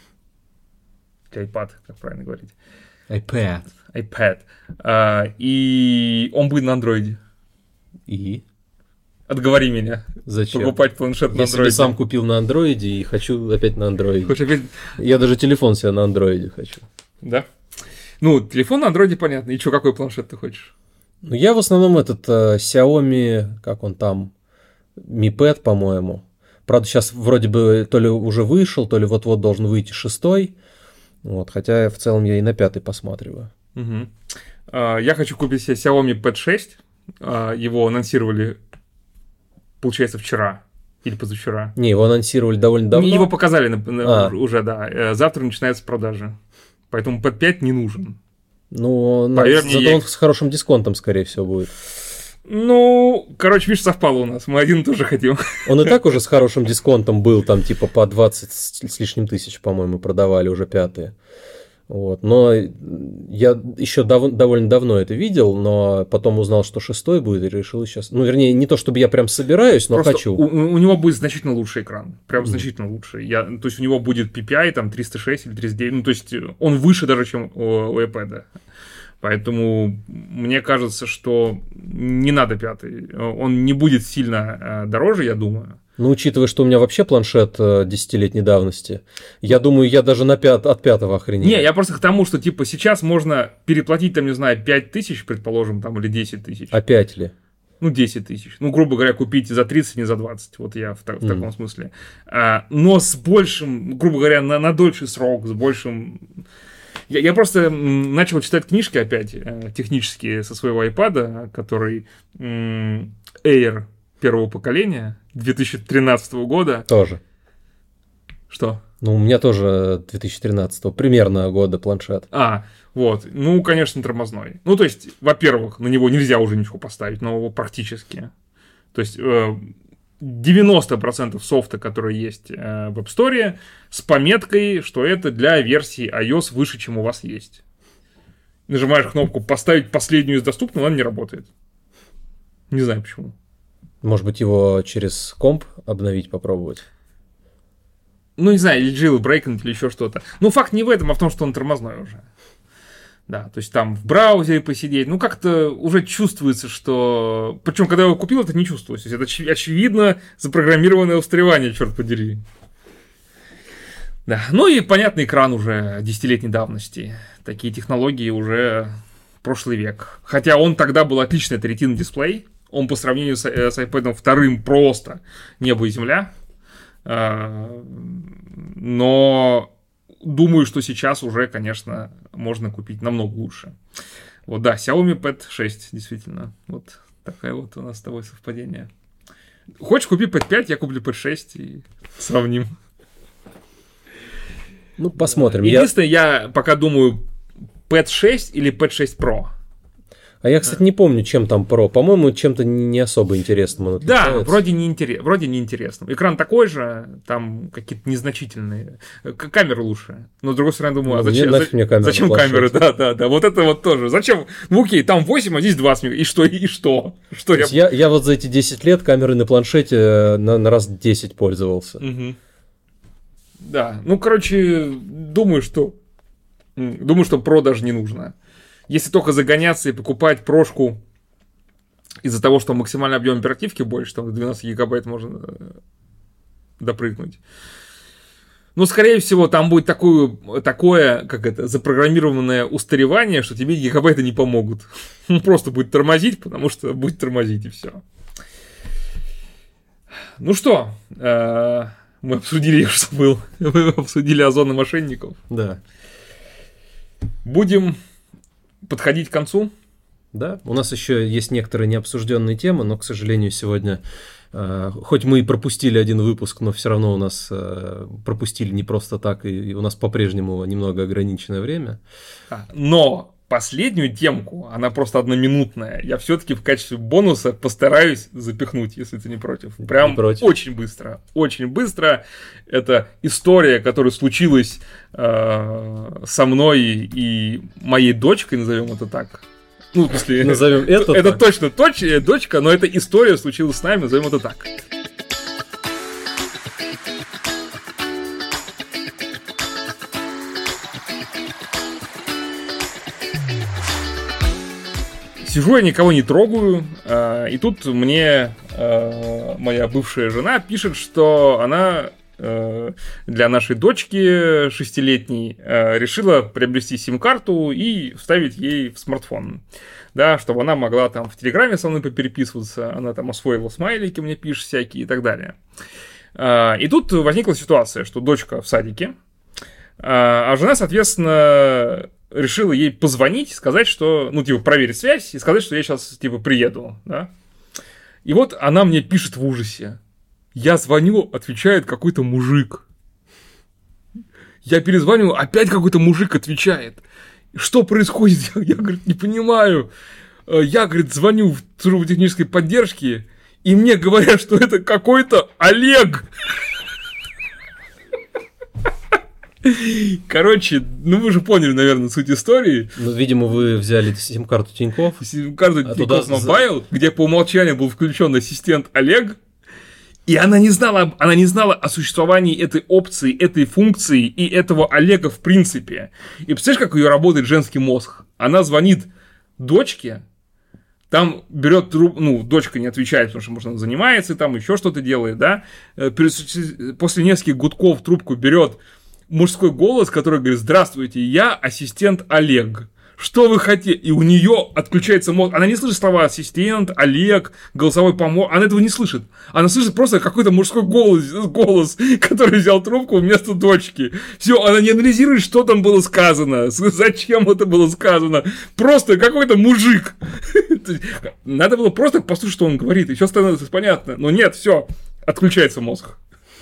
Или iPad, как правильно говорить. iPad. iPad. Uh, и он будет на андроиде. И? Отговори меня. Зачем? Покупать планшет на Если андроиде. Я сам купил на андроиде и хочу опять на андроиде. Хочешь опять... Я даже телефон себе на андроиде хочу. Да? Ну, телефон на андроиде понятно. И что, какой планшет ты хочешь? Ну, я в основном этот uh, Xiaomi, как он там, Mi Pad, по-моему. Правда, сейчас вроде бы то ли уже вышел, то ли вот-вот должен выйти шестой. Вот, хотя в целом я и на пятый посматриваю. Угу. Uh, я хочу купить себе Xiaomi Pad шесть. Uh, его анонсировали, получается, вчера или позавчера. Не, его анонсировали довольно давно. Его показали на, на, а. уже, да. Завтра начинается продажа. Поэтому Pad пять не нужен. Ну, Поверь зато мне, он я... с хорошим дисконтом, скорее всего, будет. Ну, короче, видишь, совпало у нас. Мы один тоже хотим. Он и так уже с хорошим дисконтом был, там типа по двадцать с лишним тысяч, по-моему, продавали уже пятые. Вот. Но я еще дав- довольно давно это видел, но потом узнал, что шестой будет, и решил сейчас... Ну, вернее, не то, чтобы я прям собираюсь, но Просто хочу. У, у него будет значительно лучший экран. Прям mm. значительно лучше. Я, то есть у него будет пи пи ай там триста шесть или тридцать девять. Ну, то есть он выше даже, чем у, у iPad. Поэтому мне кажется, что не надо пятый. Он не будет сильно дороже, я думаю. Ну, учитывая, что у меня вообще планшет десятилетней давности, я думаю, я даже на пят... от пятого охренею. Не, я просто к тому, что, типа, сейчас можно переплатить, там, не знаю, пять тысяч, предположим, там, или десять тысяч. А пять ли? Ну, десять тысяч. Ну, грубо говоря, купить за тридцать, не за двадцать. Вот я в, та- в mm. таком смысле. А, но с большим, грубо говоря, на, на дольший срок, с большим... Я, я просто начал читать книжки опять, э, технические, со своего iPad, который э, Air первого поколения, две тысячи тринадцатого года. Тоже. Что? Ну, у меня тоже две тысячи тринадцатого, примерно года планшет. А, вот. Ну, конечно, тормозной. Ну, то есть, во-первых, на него нельзя уже ничего поставить, нового практически. То есть, э, девяносто процентов софта, который есть э, в App Store, с пометкой, что это для версии iOS выше, чем у вас есть. Нажимаешь кнопку «Поставить последнюю из доступного», она не работает. Не знаю почему. Может быть, его через комп обновить, попробовать? Ну, не знаю, или jailbreakнуть, или еще что-то. Ну, факт не в этом, а в том, что он тормозной уже. Да, то есть там в браузере посидеть, ну, как-то уже чувствуется, что... Причем, когда я его купил, это не чувствовалось. То есть это оч- очевидно запрограммированное устаревание, черт подери. Да, ну и понятный экран уже десятилетней давности. Такие технологии уже прошлый век. Хотя он тогда был отличный, это Retina дисплей. Он по сравнению с, с iPad вторым просто небо и земля. Но думаю, что сейчас уже, конечно, можно купить намного лучше. Вот, да, Xiaomi Pad шесть, действительно. Вот такое вот у нас с тобой совпадение. Хочешь, купи Pad пять, я куплю Pad шесть и сравним. Ну, посмотрим. Единственное, я, я пока думаю, Pad шесть или Pad шесть Pro. А я, кстати, не помню, чем там Pro. По-моему, чем-то не особо интересным он отличается. Да, вроде не, интерес, вроде не интересным. Экран такой же, там какие-то незначительные. Камера лучше. Но с другой стороны, думаю, ну, а зачем, мне, мне камера зачем камеры? Да, да, да. Вот это вот тоже. Зачем? Ну окей, там восемь, а здесь двадцать. И что? И что? что я... Я, я вот за эти десять лет камеры на планшете на, на раз десять пользовался. Угу. Да, ну, короче, думаю, что... Думаю, что Pro даже не нужно. Если только загоняться и покупать прошку из-за того, что максимальный объем оперативки больше, там двенадцать гигабайт можно допрыгнуть. Но, скорее всего, там будет такое, такое как это, запрограммированное устаревание, что тебе гигабайты не помогут. Он просто будет тормозить, потому что будет тормозить, и все. Ну что, мы обсудили, что был. Мы обсудили озоны мошенников. Да. Будем... подходить к концу? Да, у нас еще есть некоторые необсужденные темы, но, к сожалению, сегодня, э, хоть мы и пропустили один выпуск, но все равно у нас э, пропустили не просто так, и, и у нас по-прежнему немного ограниченное время. А, но последнюю темку, она просто одноминутная, я все-таки в качестве бонуса постараюсь запихнуть, если ты не против. Прям не против. Очень быстро, очень быстро. Это история, которая случилась э, со мной и моей дочкой, назовем это так. Ну, если назовем это. Это так. точно точ, дочка, но эта история случилась с нами, назовем это так. Сижу, я никого не трогаю, э, и тут мне э, моя бывшая жена пишет, что она для нашей дочки шестилетней, решила приобрести сим-карту и вставить ей в смартфон. Да, чтобы она могла там в Телеграме со мной попереписываться, она там освоила смайлики, мне пишет всякие и так далее. И тут возникла ситуация, что дочка в садике, а жена, соответственно, решила ей позвонить, сказать, что, ну, типа, проверить связь и сказать, что я сейчас, типа, приеду, да. И вот она мне пишет в ужасе. Я звоню, отвечает какой-то мужик. Я перезвоню, опять какой-то мужик отвечает. Что происходит? Я, говорит, не понимаю. Я, говорит, звоню в службу технической поддержки, и мне говорят, что это какой-то Олег. Короче, ну вы же поняли, наверное, суть истории. Ну, видимо, вы взяли сим-карту Тинькофф. Сим-карту а Тинькофф Мобайл, где по умолчанию был включен ассистент Олег. И она не знала, она не знала о существовании этой опции, этой функции и этого Олега в принципе. И представляешь, как у нее работает женский мозг? Она звонит дочке, там берет трубку, ну, дочка не отвечает, потому что, может, она занимается, там еще что-то делает, да. После нескольких гудков трубку берет мужской голос, который говорит: здравствуйте, я ассистент Олег. Что вы хотите? И у нее отключается мозг. Она не слышит слова ассистент, Олег, голосовой помощник. Она этого не слышит. Она слышит просто какой-то мужской голос, голос, который взял трубку вместо дочки. Все, она не анализирует, что там было сказано, зачем это было сказано. Просто какой-то мужик. Надо было просто послушать, что он говорит, и все становится понятно. Но нет, все, отключается мозг.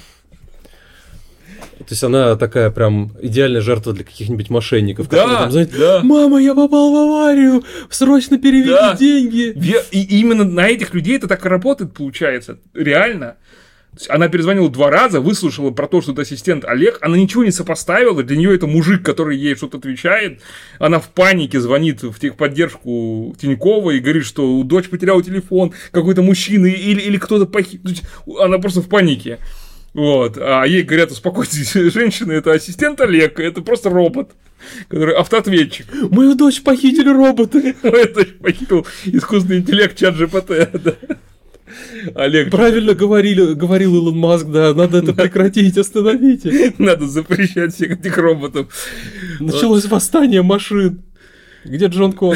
То есть она такая прям идеальная жертва для каких-нибудь мошенников. Да, которые там, знаете, да. Мама, я попал в аварию, срочно переведи да. деньги. И именно на этих людей это так и работает, получается. Реально. То есть она перезвонила два раза, выслушала про то, что это ассистент Олег, она ничего не сопоставила, для нее это мужик, который ей что-то отвечает, она в панике звонит в техподдержку Тинькова и говорит, что дочь потеряла телефон, какой-то мужчина или, или кто-то похитил, она просто в панике. Вот, а ей говорят: успокойтесь, женщина, это ассистент Олег, это просто робот, который автоответчик. Мою дочь похитили роботы. Мою дочь похитил искусственный интеллект чат джи пи ти, да. Олег. Правильно говорили, говорил Илон Маск, да, надо это прекратить, остановите. Надо запрещать всех этих роботов. Началось восстание машин. Где Джон Коннор?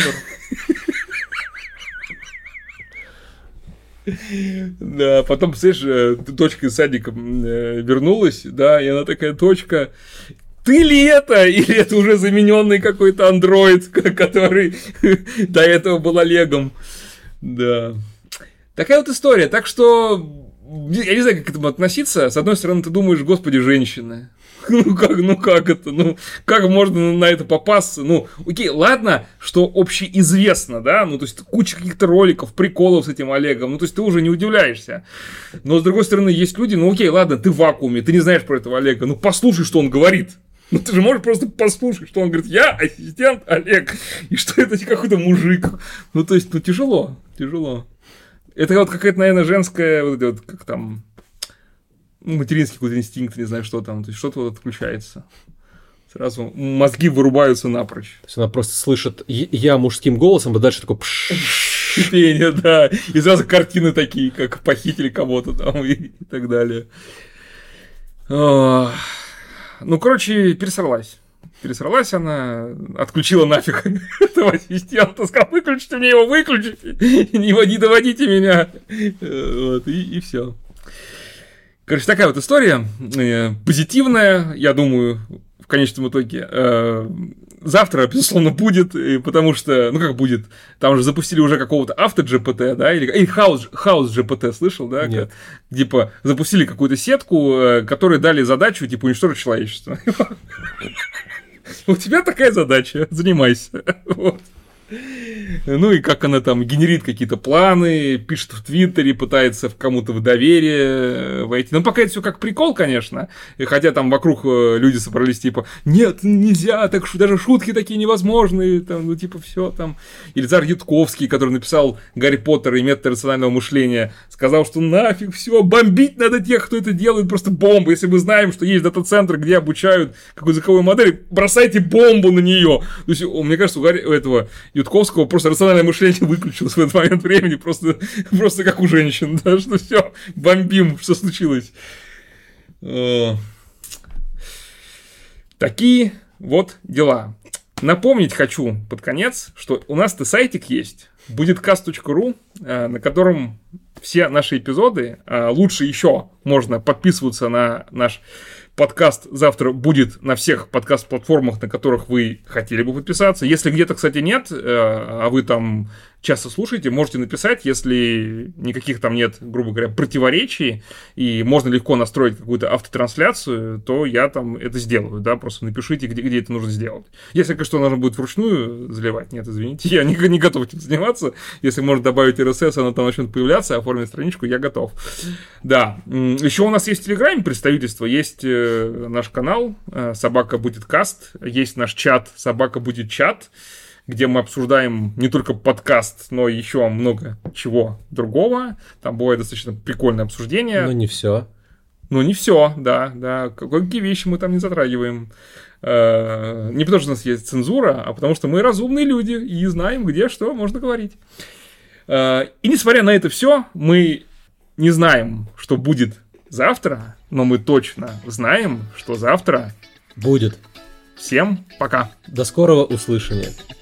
Да, потом, представляешь, дочка из садика вернулась, да, и она такая: дочка, ты ли это? Или это уже замененный какой-то андроид, который до этого был Олегом? Да. Такая вот история. Так что, я не знаю, как к этому относиться. С одной стороны, ты думаешь: господи, женщины. Ну как, ну как это? Ну, как можно на это попасться? Ну, окей, ладно, что общеизвестно, да? Ну, то есть, куча каких-то роликов, приколов с этим Олегом. Ну, то есть, ты уже не удивляешься. Но, с другой стороны, есть люди: ну, окей, ладно, ты в вакууме, ты не знаешь про этого Олега. Ну, послушай, что он говорит. Ну, ты же можешь просто послушать, что он говорит: я ассистент Олег. И что это какой-то мужик. Ну, то есть, ну, тяжело, тяжело. Это вот какая-то, наверное, женская, вот это вот, как там... материнский какой-то инстинкт, не знаю, что там, то есть что-то вот отключается. Сразу мозги вырубаются напрочь. То есть она просто слышит я мужским голосом, а дальше такой шипение, да. И сразу картины такие, как похитили кого-то там и, и так далее. Ну, короче, пересралась. Пересралась она, отключила нафиг этого ассистента, сказала: выключите мне его, выключите, не доводите меня. Вот, и, и все. Короче, такая вот история, э, позитивная, я думаю, в конечном итоге. Э, завтра, безусловно, будет, потому что, ну как будет, там же запустили уже какого-то авто-джи пи ти, да, или, или хаус, хаус джи пи ти, слышал, да? Нет. Как, типа, запустили какую-то сетку, э, которой дали задачу, типа, уничтожить человечество. У тебя такая задача, занимайся. Вот. Ну и как она там генерит какие-то планы, пишет в Твиттере, пытается в кому-то в доверие войти. Ну, пока это все как прикол, конечно. И хотя там вокруг люди собрались, типа: нет, нельзя, так что даже шутки такие невозможные, там, ну, типа, все там. Ильдар Ютковский, который написал Гарри Поттер и метод рационального мышления, сказал, что нафиг все, бомбить надо тех, кто это делает, просто бомбу. Если мы знаем, что есть дата-центр, где обучают какую-то языковую модель, бросайте бомбу на нее. То есть, мне кажется, у Гарри, у этого Ютковского просто рациональное мышление выключилось в этот момент времени, просто, просто как у женщин, да, что все, бомбим, что случилось. Такие вот дела. Напомнить хочу под конец, что у нас-то сайтик есть, будеткаст точка ру, на котором все наши эпизоды, лучше еще можно подписываться на наш подкаст. Завтра будет на всех подкаст-платформах, на которых вы хотели бы подписаться. Если где-то, кстати, нет, а вы там часто слушаете, можете написать, если никаких там нет, грубо говоря, противоречий, и можно легко настроить какую-то автотрансляцию, то я там это сделаю, да, просто напишите, где, где это нужно сделать. Если, конечно, нужно будет вручную заливать, нет, извините, я не, не готов этим заниматься. Если можно добавить эр эс эс, она там начнет появляться, оформить страничку, я готов. Да, еще у нас есть в Телеграме представительство, есть наш канал «Собака будет каст», есть наш чат «Собака будет чат», где мы обсуждаем не только подкаст, но еще много чего другого. Там бывает достаточно прикольное обсуждение. Но не все. Ну, не все, да, да. Какие вещи мы там не затрагиваем. Не потому, что у нас есть цензура, а потому, что мы разумные люди и знаем, где что можно говорить. И несмотря на это все, мы не знаем, что будет завтра, но мы точно знаем, что завтра будет. Всем пока. До скорого услышания.